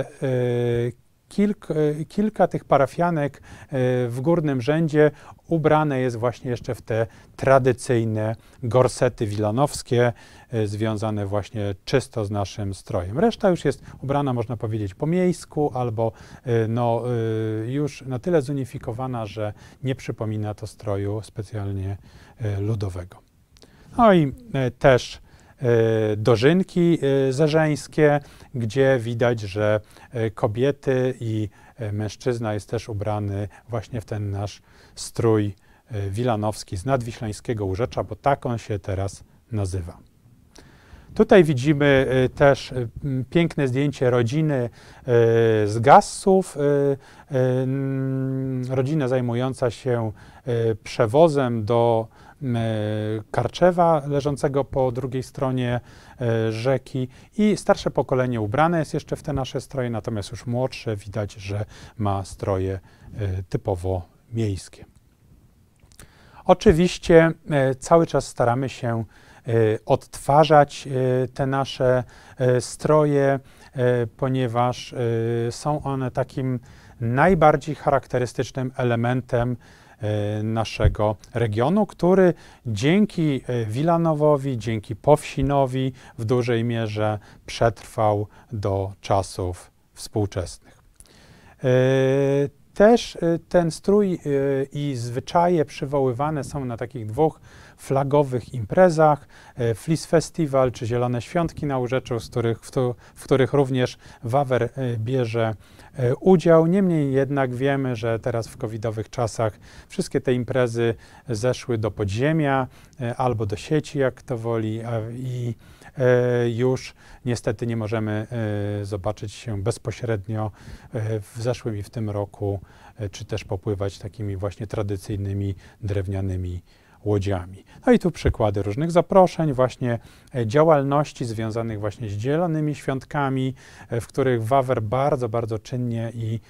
Speaker 1: kilka tych parafianek w górnym rzędzie ubrane jest właśnie jeszcze w te tradycyjne gorsety wilanowskie, związane właśnie czysto z naszym strojem. Reszta już jest ubrana, można powiedzieć, po miejsku albo no, już na tyle zunifikowana, że nie przypomina to stroju specjalnie ludowego. No i też dożynki zerzeńskie, gdzie widać, że kobiety i mężczyzna jest też ubrany właśnie w ten nasz strój wilanowski z nadwiślańskiego Urzecza, bo tak on się teraz nazywa. Tutaj widzimy też piękne zdjęcie rodziny z Gassów, rodzina zajmująca się przewozem do Karczewa, leżącego po drugiej stronie rzeki, i starsze pokolenie ubrane jest jeszcze w te nasze stroje, natomiast już młodsze widać, że ma stroje typowo miejskie. Oczywiście cały czas staramy się odtwarzać te nasze stroje, ponieważ są one takim najbardziej charakterystycznym elementem naszego regionu, który dzięki Wilanowowi, dzięki Powsinowi w dużej mierze przetrwał do czasów współczesnych. Też ten strój i zwyczaje przywoływane są na takich dwóch flagowych imprezach, Flis Festival czy Zielone Świątki na Urzeczu, w których również Wawer bierze udział. Niemniej jednak wiemy, że teraz w covidowych czasach wszystkie te imprezy zeszły do podziemia albo do sieci, jak kto woli, i już niestety nie możemy zobaczyć się bezpośrednio w zeszłym i w tym roku, czy też popływać takimi właśnie tradycyjnymi drewnianymi łodziami. No i tu przykłady różnych zaproszeń, właśnie działalności związanych właśnie z Zielonymi Świątkami, w których Wawer bardzo, bardzo czynnie i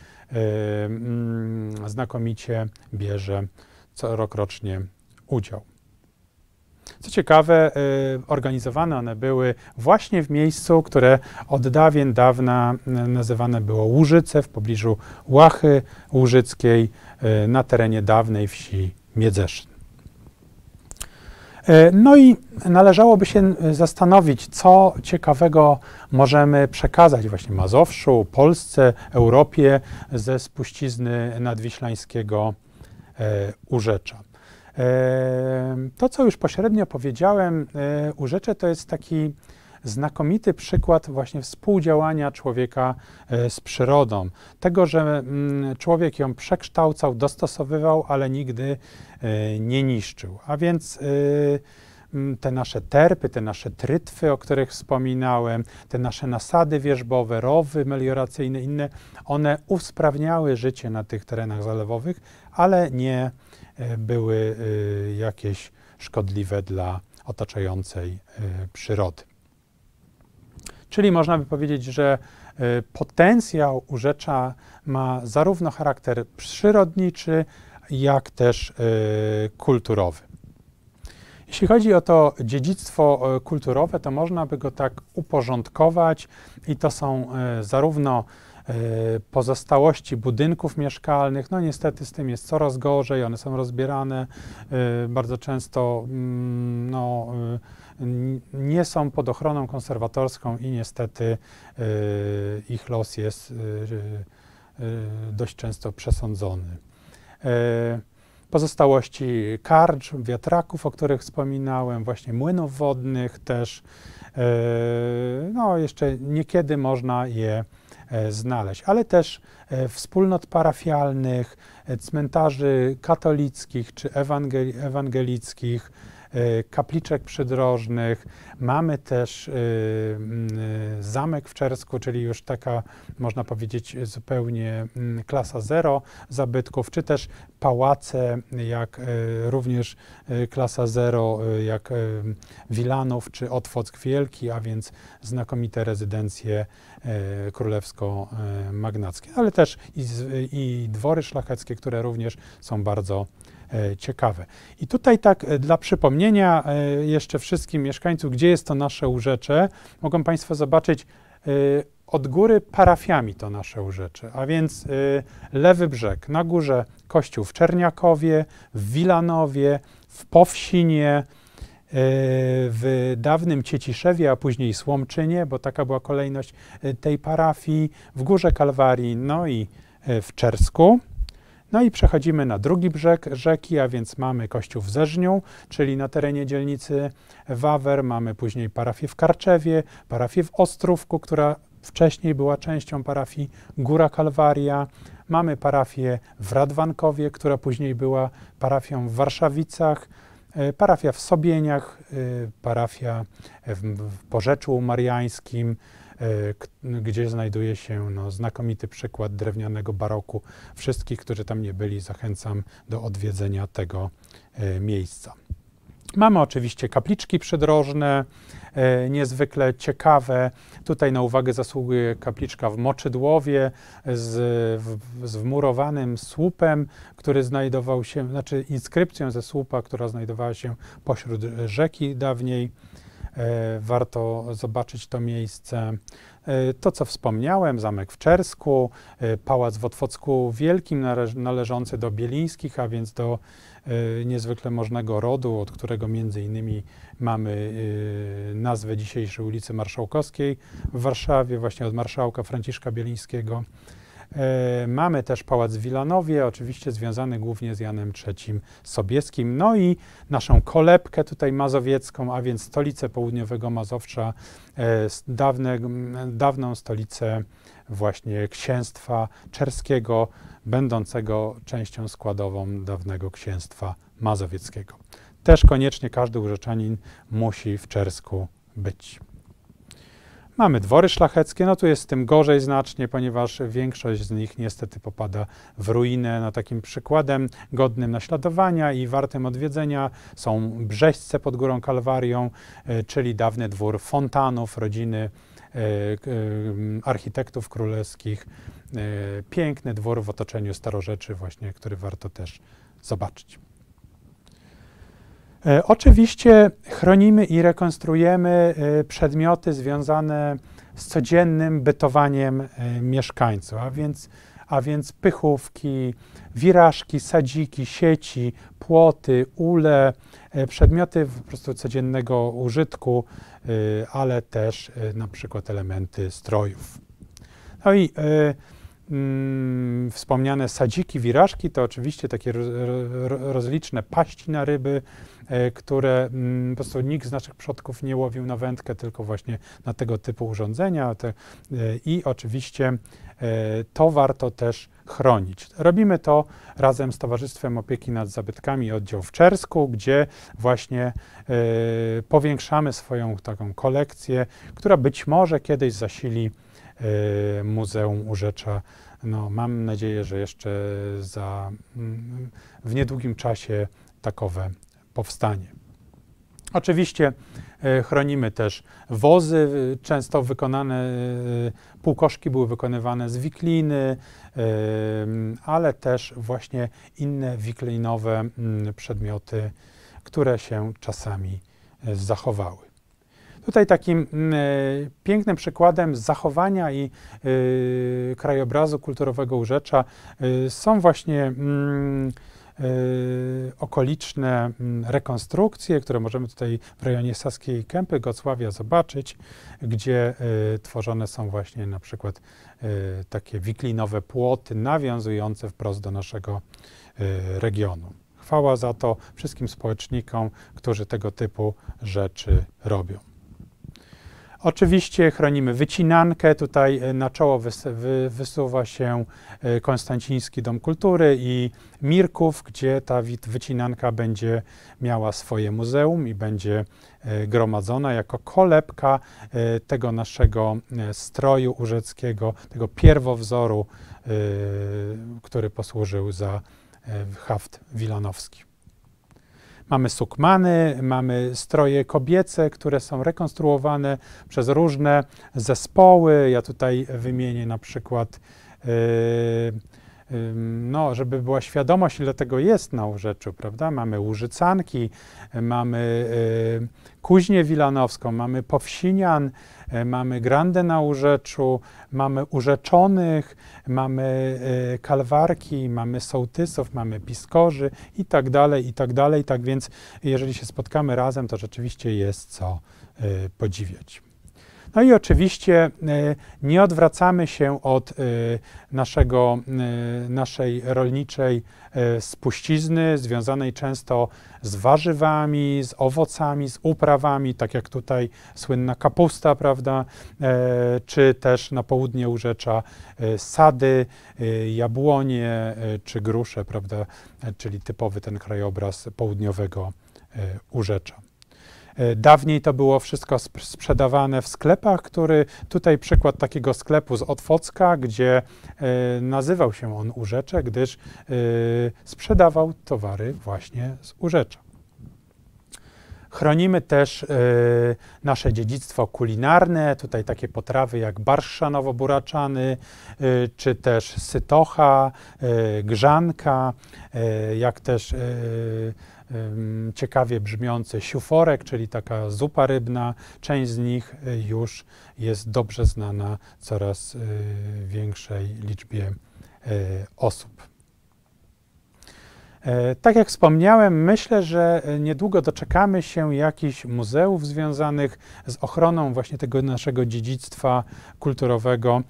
Speaker 1: znakomicie bierze rokrocznie udział. Co ciekawe, organizowane one były właśnie w miejscu, które od dawien dawna nazywane było Łużyce, w pobliżu Łachy Łużyckiej, na terenie dawnej wsi Miedzeszyn. No i należałoby się zastanowić, co ciekawego możemy przekazać właśnie Mazowszu, Polsce, Europie ze spuścizny nadwiślańskiego Urzecza. To, co już pośrednio powiedziałem, Urzecze to jest taki znakomity przykład właśnie współdziałania człowieka z przyrodą. Tego, że człowiek ją przekształcał, dostosowywał, ale nigdy nie niszczył. A więc te nasze terpy, te nasze trytwy, o których wspominałem, te nasze nasady wierzbowe, rowy melioracyjne, inne, one usprawniały życie na tych terenach zalewowych, ale nie były jakieś szkodliwe dla otaczającej przyrody. Czyli można by powiedzieć, że potencjał Urzecza ma zarówno charakter przyrodniczy, jak też kulturowy. Jeśli chodzi o to dziedzictwo kulturowe, to można by go tak uporządkować i to są zarówno pozostałości budynków mieszkalnych, no niestety z tym jest coraz gorzej, one są rozbierane, bardzo często nie są pod ochroną konserwatorską i niestety ich los jest dość często przesądzony. Pozostałości karcz, wiatraków, o których wspominałem, właśnie młynów wodnych też, no jeszcze niekiedy można je znaleźć, ale też wspólnot parafialnych, cmentarzy katolickich czy ewangelickich, kapliczek przydrożnych. Mamy też zamek w Czersku, czyli już taka, można powiedzieć, zupełnie klasa zero zabytków, czy też pałace, jak również klasa zero, jak Wilanów czy Otwock Wielki, a więc znakomite rezydencje królewsko-magnackie, ale też i dwory szlacheckie, które również są bardzo ciekawe. I tutaj tak dla przypomnienia jeszcze wszystkim mieszkańcom, gdzie jest to nasze Urzecze, mogą Państwo zobaczyć od góry parafiami to nasze Urzecze, a więc lewy brzeg, na górze kościół w Czerniakowie, w Wilanowie, w Powsinie, w dawnym Cieciszewie, a później Słomczynie, bo taka była kolejność tej parafii, w Górze Kalwarii, no i w Czersku. No i przechodzimy na drugi brzeg rzeki, a więc mamy kościół w Zerzniu, czyli na terenie dzielnicy Wawer. Mamy później parafię w Karczewie, parafię w Ostrówku, która wcześniej była częścią parafii Góra Kalwaria. Mamy parafię w Radwankowie, która później była parafią w Warszawicach, parafia w Sobieniach, parafia w Porzeczu Mariańskim, gdzie znajduje się znakomity przykład drewnianego baroku. Wszystkich, którzy tam nie byli, zachęcam do odwiedzenia tego miejsca. Mamy oczywiście kapliczki przydrożne, niezwykle ciekawe. Tutaj na uwagę zasługuje kapliczka w Moczydłowie z wmurowanym słupem, który znajdował się, znaczy inskrypcją ze słupa, która znajdowała się pośród rzeki dawniej. Warto zobaczyć to miejsce. To, co wspomniałem, zamek w Czersku, pałac w Otwocku Wielkim należący do Bielińskich, a więc do niezwykle możnego rodu, od którego między innymi mamy nazwę dzisiejszej ulicy Marszałkowskiej w Warszawie, właśnie od marszałka Franciszka Bielińskiego. Mamy też pałac w Wilanowie, oczywiście związany głównie z Janem III Sobieskim, no i naszą kolebkę tutaj mazowiecką, a więc stolicę południowego Mazowsza, dawną stolicę właśnie księstwa czerskiego, będącego częścią składową dawnego księstwa mazowieckiego. Też koniecznie każdy urzeczanin musi w Czersku być. Mamy dwory szlacheckie, no tu jest z tym gorzej znacznie, ponieważ większość z nich niestety popada w ruinę. No takim przykładem godnym naśladowania i wartym odwiedzenia są Brzeźce pod Górą Kalwarią, czyli dawny dwór Fontanów, rodziny architektów królewskich. Piękny dwór w otoczeniu starorzeczy właśnie, który warto też zobaczyć. Oczywiście chronimy i rekonstruujemy przedmioty związane z codziennym bytowaniem mieszkańców, a więc pychówki, wirażki, sadziki, sieci, płoty, ule, przedmioty po prostu codziennego użytku, ale też na przykład elementy strojów. No i wspomniane sadziki, wirażki to oczywiście takie rozliczne paści na ryby, które po prostu nikt z naszych przodków nie łowił na wędkę, tylko właśnie na tego typu urządzenia. I oczywiście to warto też chronić. Robimy to razem z Towarzystwem Opieki nad Zabytkami oddział w Czersku, gdzie właśnie powiększamy swoją taką kolekcję, która być może kiedyś zasili Muzeum Urzecza. No, mam nadzieję, że jeszcze w niedługim czasie takowe powstanie. Oczywiście chronimy też wozy, często wykonane, półkoszki były wykonywane z wikliny, ale też właśnie inne wiklinowe przedmioty, które się czasami zachowały. Tutaj takim pięknym przykładem zachowania i krajobrazu kulturowego Urzecza są właśnie okoliczne rekonstrukcje, które możemy tutaj w rejonie Saskiej Kępy, Gocławia zobaczyć, gdzie tworzone są właśnie na przykład takie wiklinowe płoty nawiązujące wprost do naszego regionu. Chwała za to wszystkim społecznikom, którzy tego typu rzeczy robią. Oczywiście chronimy wycinankę. Tutaj na czoło wysuwa się Konstanciński Dom Kultury i Mirków, gdzie ta wycinanka będzie miała swoje muzeum i będzie gromadzona jako kolebka tego naszego stroju urzeckiego, tego pierwowzoru, który posłużył za haft wilanowski. Mamy sukmany, mamy stroje kobiece, które są rekonstruowane przez różne zespoły. Ja tutaj wymienię na przykład, no, żeby była świadomość, ile tego jest na Urzeczu, prawda? Mamy łużycanki, mamy kuźnię wilanowską, mamy powsinian, mamy grandę na Urzeczu, mamy urzeczonych, mamy kalwarki, mamy sołtysów, mamy piskorzy i tak dalej, i tak dalej. Tak więc jeżeli się spotkamy razem, to rzeczywiście jest co podziwiać. No i oczywiście nie odwracamy się od naszej rolniczej spuścizny, związanej często z warzywami, z owocami, z uprawami, tak jak tutaj słynna kapusta, prawda, czy też na południe Urzecza sady, jabłonie czy grusze, prawda, czyli typowy ten krajobraz południowego Urzecza. Dawniej to było wszystko sprzedawane w sklepach, tutaj przykład takiego sklepu z Otwocka, gdzie nazywał się on Urzecze, gdyż sprzedawał towary właśnie z Urzecza. Chronimy też nasze dziedzictwo kulinarne, tutaj takie potrawy jak barszcz szanowo-buraczany, czy też sytocha, grzanka, jak też ciekawie brzmiący siuforek, czyli taka zupa rybna. Część z nich już jest dobrze znana coraz większej liczbie osób. Tak jak wspomniałem, myślę, że niedługo doczekamy się jakichś muzeów związanych z ochroną właśnie tego naszego dziedzictwa kulturowego.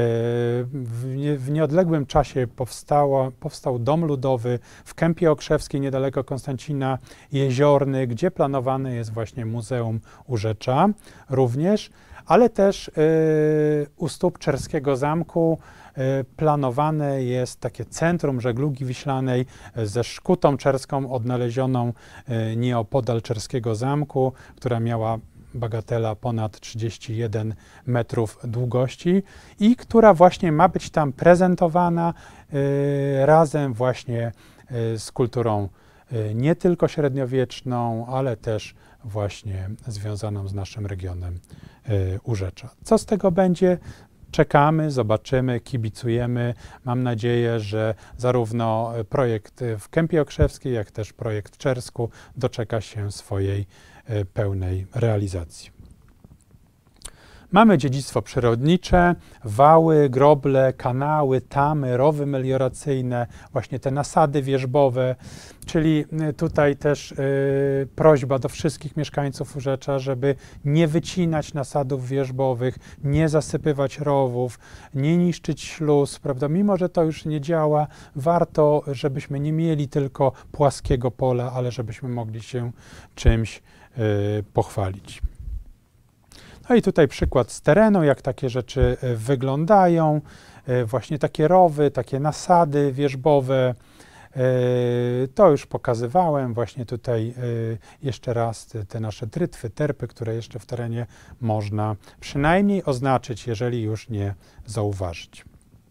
Speaker 1: W nieodległym czasie powstał Dom Ludowy w Kępie Okrzewskiej, niedaleko Konstancina Jeziorny, gdzie planowane jest właśnie Muzeum Urzecza również, ale też u stóp Czerskiego Zamku planowane jest takie centrum żeglugi wiślanej ze szkutą czerską odnalezioną nieopodal Czerskiego Zamku, która miała bagatela ponad 31 metrów długości i która właśnie ma być tam prezentowana razem właśnie z kulturą nie tylko średniowieczną, ale też właśnie związaną z naszym regionem Urzecza. Co z tego będzie? czekamy, zobaczymy, kibicujemy. Mam nadzieję, że zarówno projekt w Kępie Okrzewskiej, jak też projekt w Czersku doczeka się swojej pełnej realizacji. Mamy dziedzictwo przyrodnicze, wały, groble, kanały, tamy, rowy melioracyjne, właśnie te nasady wierzbowe, czyli tutaj też prośba do wszystkich mieszkańców Urzecza, żeby nie wycinać nasadów wierzbowych, nie zasypywać rowów, nie niszczyć śluz, prawda? Mimo że to już nie działa, warto, żebyśmy nie mieli tylko płaskiego pola, ale żebyśmy mogli się czymś pochwalić. No i tutaj przykład z terenu, jak takie rzeczy wyglądają. Właśnie takie rowy, takie nasady wierzbowe. To już pokazywałem. Właśnie tutaj jeszcze raz te nasze trytwy, terpy, które jeszcze w terenie można przynajmniej oznaczyć, jeżeli już nie zauważyć.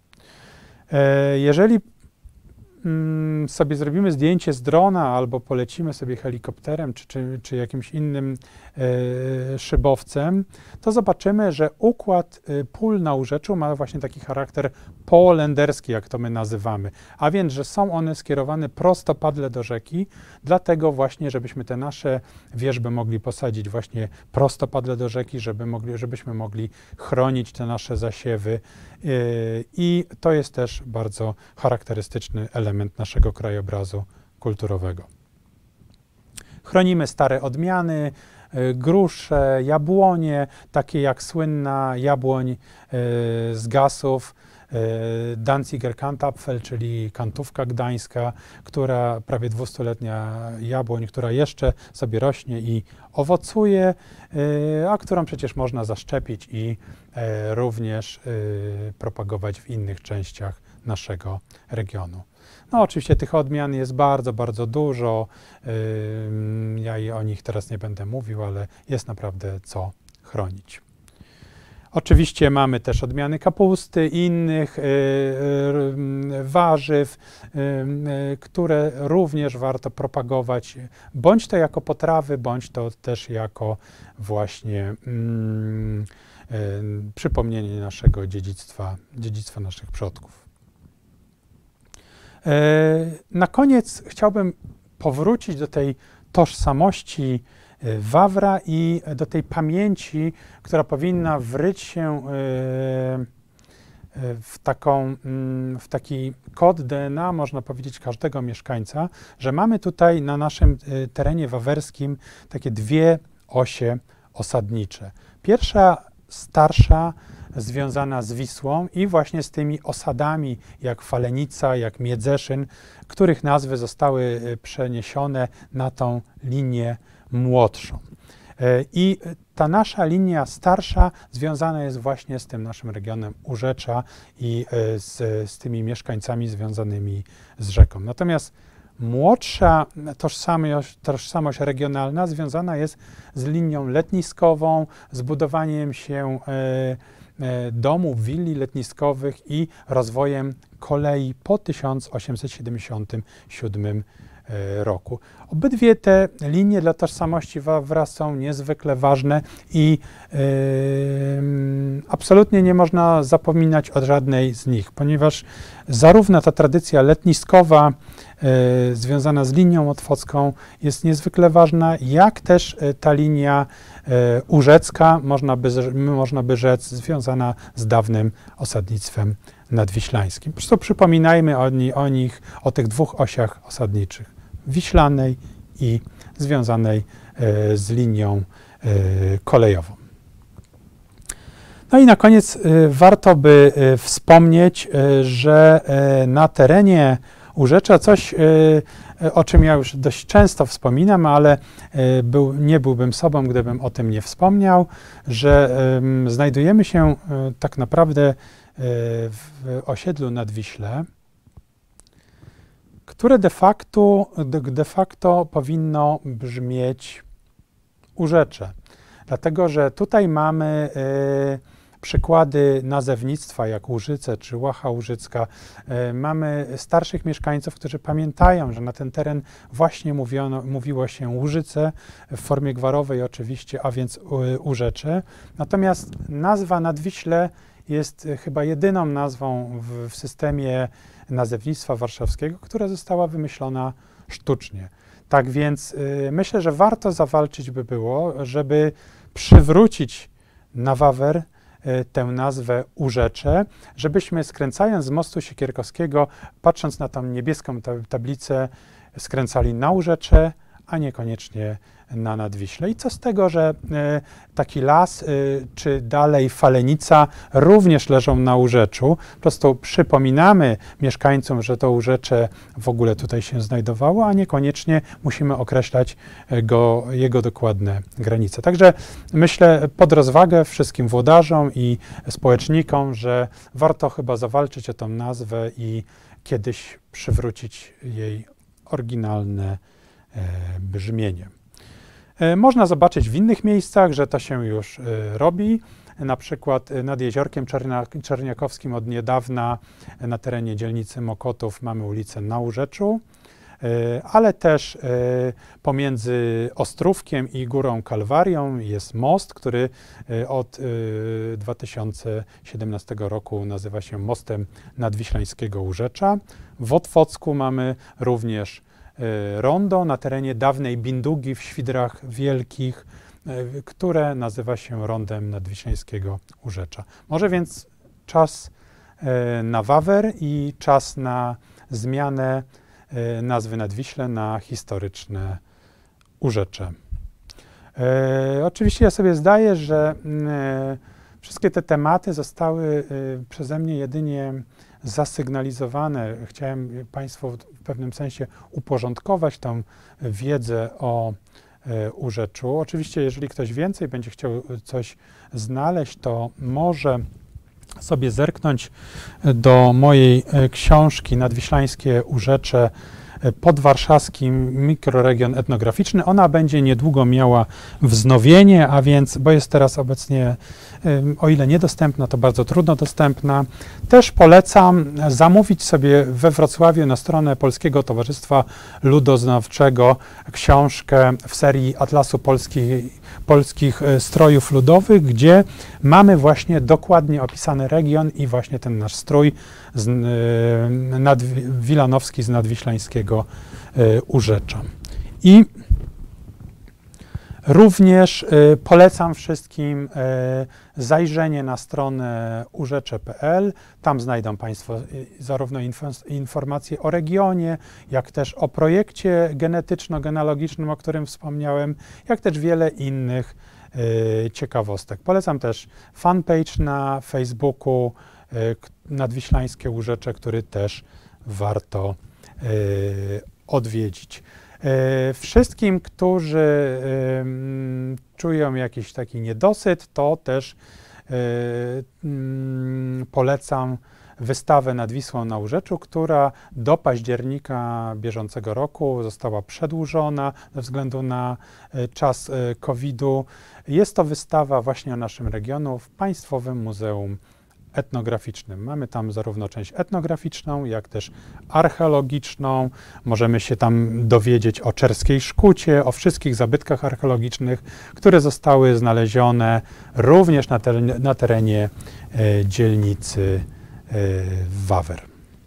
Speaker 1: Jeżeli sobie zrobimy zdjęcie z drona albo polecimy sobie helikopterem czy jakimś innym szybowcem, to zobaczymy, że układ pól na Urzeczu ma właśnie taki charakter polenderski, jak to my nazywamy, a więc, że są one skierowane prostopadle do rzeki, dlatego właśnie, żebyśmy te nasze wierzby mogli posadzić właśnie prostopadle do rzeki, żebyśmy mogli chronić te nasze zasiewy i to jest też bardzo charakterystyczny element naszego krajobrazu kulturowego. Chronimy stare odmiany, grusze, jabłonie, takie jak słynna jabłoń z Gasów, Danziger Kantapfel, czyli kantówka gdańska, która prawie 200-letnia jabłoń, która jeszcze sobie rośnie i owocuje, a którą przecież można zaszczepić i również propagować w innych częściach naszego regionu. No oczywiście tych odmian jest bardzo, bardzo dużo. Ja o nich teraz nie będę mówił, ale jest naprawdę co chronić. Oczywiście mamy też odmiany kapusty, innych warzyw, które również warto propagować, bądź to jako potrawy, bądź to też jako właśnie przypomnienie naszego dziedzictwa naszych przodków. Na koniec chciałbym powrócić do tej tożsamości Wawra i do tej pamięci, która powinna wryć się w taki kod DNA, można powiedzieć, każdego mieszkańca, że mamy tutaj na naszym terenie wawerskim takie dwie osie osadnicze. Pierwsza, starsza, związana z Wisłą i właśnie z tymi osadami jak Falenica, jak Miedzeszyn, których nazwy zostały przeniesione na tą linię młodszą. I ta nasza starsza związana jest właśnie z tym naszym regionem Urzecza i z tymi mieszkańcami związanymi z rzeką. Natomiast młodsza tożsamość regionalna związana jest z linią letniskową, z budowaniem się domów, willi letniskowych i rozwojem kolei po 1877 roku. Obydwie te linie dla tożsamości Wawra są niezwykle ważne i absolutnie nie można zapominać o żadnej z nich, ponieważ zarówno ta tradycja letniskowa związana z linią otwocką jest niezwykle ważna, jak też ta linia urzecka, można by rzec, związana z dawnym osadnictwem nadwiślańskim. Po prostu przypominajmy o tych dwóch osiach osadniczych, wiślanej i związanej z linią kolejową. No i na koniec warto by wspomnieć, że na terenie Urzecza coś, o czym ja już dość często wspominam, ale nie byłbym sobą, gdybym o tym nie wspomniał, że znajdujemy się tak naprawdę w osiedlu Nadwiśle, które de facto powinno brzmieć Urzecze. Dlatego, że tutaj mamy przykłady nazewnictwa jak Łużyce czy Łacha Łużycka. Mamy starszych mieszkańców, którzy pamiętają, że na ten teren właśnie mówiło się Łużyce w formie gwarowej oczywiście, a więc Urzecze. Natomiast nazwa Nadwiśle jest chyba jedyną nazwą w systemie nazewnictwa warszawskiego, która została wymyślona sztucznie. Tak więc myślę, że warto zawalczyć by było, żeby przywrócić na Wawer tę nazwę Urzecze, żebyśmy skręcając z mostu Siekierkowskiego, patrząc na tą niebieską tablicę, skręcali na Urzecze, a niekoniecznie na Nadwiśle. I co z tego, że taki las, czy dalej Falenica również leżą na Urzeczu. Po prostu przypominamy mieszkańcom, że to Urzecze w ogóle tutaj się znajdowało, a niekoniecznie musimy określać jego dokładne granice. Także myślę pod rozwagę wszystkim włodarzom i społecznikom, że warto chyba zawalczyć o tą nazwę i kiedyś przywrócić jej oryginalne brzmienie. Można zobaczyć w innych miejscach, że to się już robi. Na przykład nad Jeziorkiem Czerniakowskim od niedawna na terenie dzielnicy Mokotów mamy ulicę na Urzeczu, ale też pomiędzy Ostrówkiem i Górą Kalwarią jest most, który od 2017 roku nazywa się Mostem Nadwiślańskiego Urzecza. W Otwocku mamy również rondo na terenie dawnej Bindugi w Świdrach Wielkich, które nazywa się Rondem Nadwiślańskiego Urzecza. Może więc czas na Wawer i czas na zmianę nazwy Nadwiśle na historyczne Urzecze. Oczywiście ja sobie zdaję, że wszystkie te tematy zostały przeze mnie jedynie zasygnalizowane. Chciałem Państwu w pewnym sensie uporządkować tą wiedzę o Urzeczu. Oczywiście, jeżeli ktoś więcej będzie chciał coś znaleźć, to może sobie zerknąć do mojej książki Nadwiślańskie Urzecze podwarszawski mikroregion etnograficzny. Ona będzie niedługo miała wznowienie, a więc, bo jest teraz obecnie, o ile niedostępna, to bardzo trudno dostępna. Też polecam zamówić sobie we Wrocławiu na stronę Polskiego Towarzystwa Ludoznawczego książkę w serii Atlasu Polskich Strojów Ludowych, gdzie mamy właśnie dokładnie opisany region i właśnie ten nasz strój wilanowski z nadwiślańskiego Urzecza. I również polecam wszystkim zajrzenie na stronę urzecze.pl. Tam znajdą Państwo zarówno informacje o regionie, jak też o projekcie genetyczno-genealogicznym, o którym wspomniałem, jak też wiele innych ciekawostek. Polecam też fanpage na Facebooku Nadwiślańskie Urzecze, który też warto odwiedzić. Wszystkim, którzy czują jakiś taki niedosyt, to też polecam wystawę Nad Wisłą na Urzeczu, która do października bieżącego roku została przedłużona ze względu na czas COVID-u. Jest to wystawa właśnie o naszym regionie w Państwowym Muzeum Etnograficznym. Mamy tam zarówno część etnograficzną, jak też archeologiczną. Możemy się tam dowiedzieć o czerskiej szkucie, o wszystkich zabytkach archeologicznych, które zostały znalezione również na terenie dzielnicy Wawer.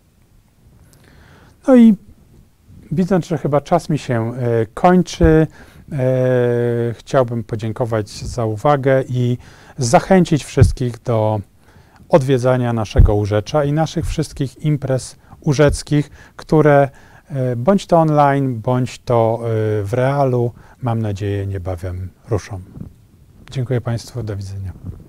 Speaker 1: No i widząc, że chyba czas mi się kończy, chciałbym podziękować za uwagę i zachęcić wszystkich do odwiedzania naszego Urzecza i naszych wszystkich imprez urzeckich, które bądź to online, bądź to w realu, mam nadzieję, niebawem ruszą. Dziękuję Państwu, do widzenia.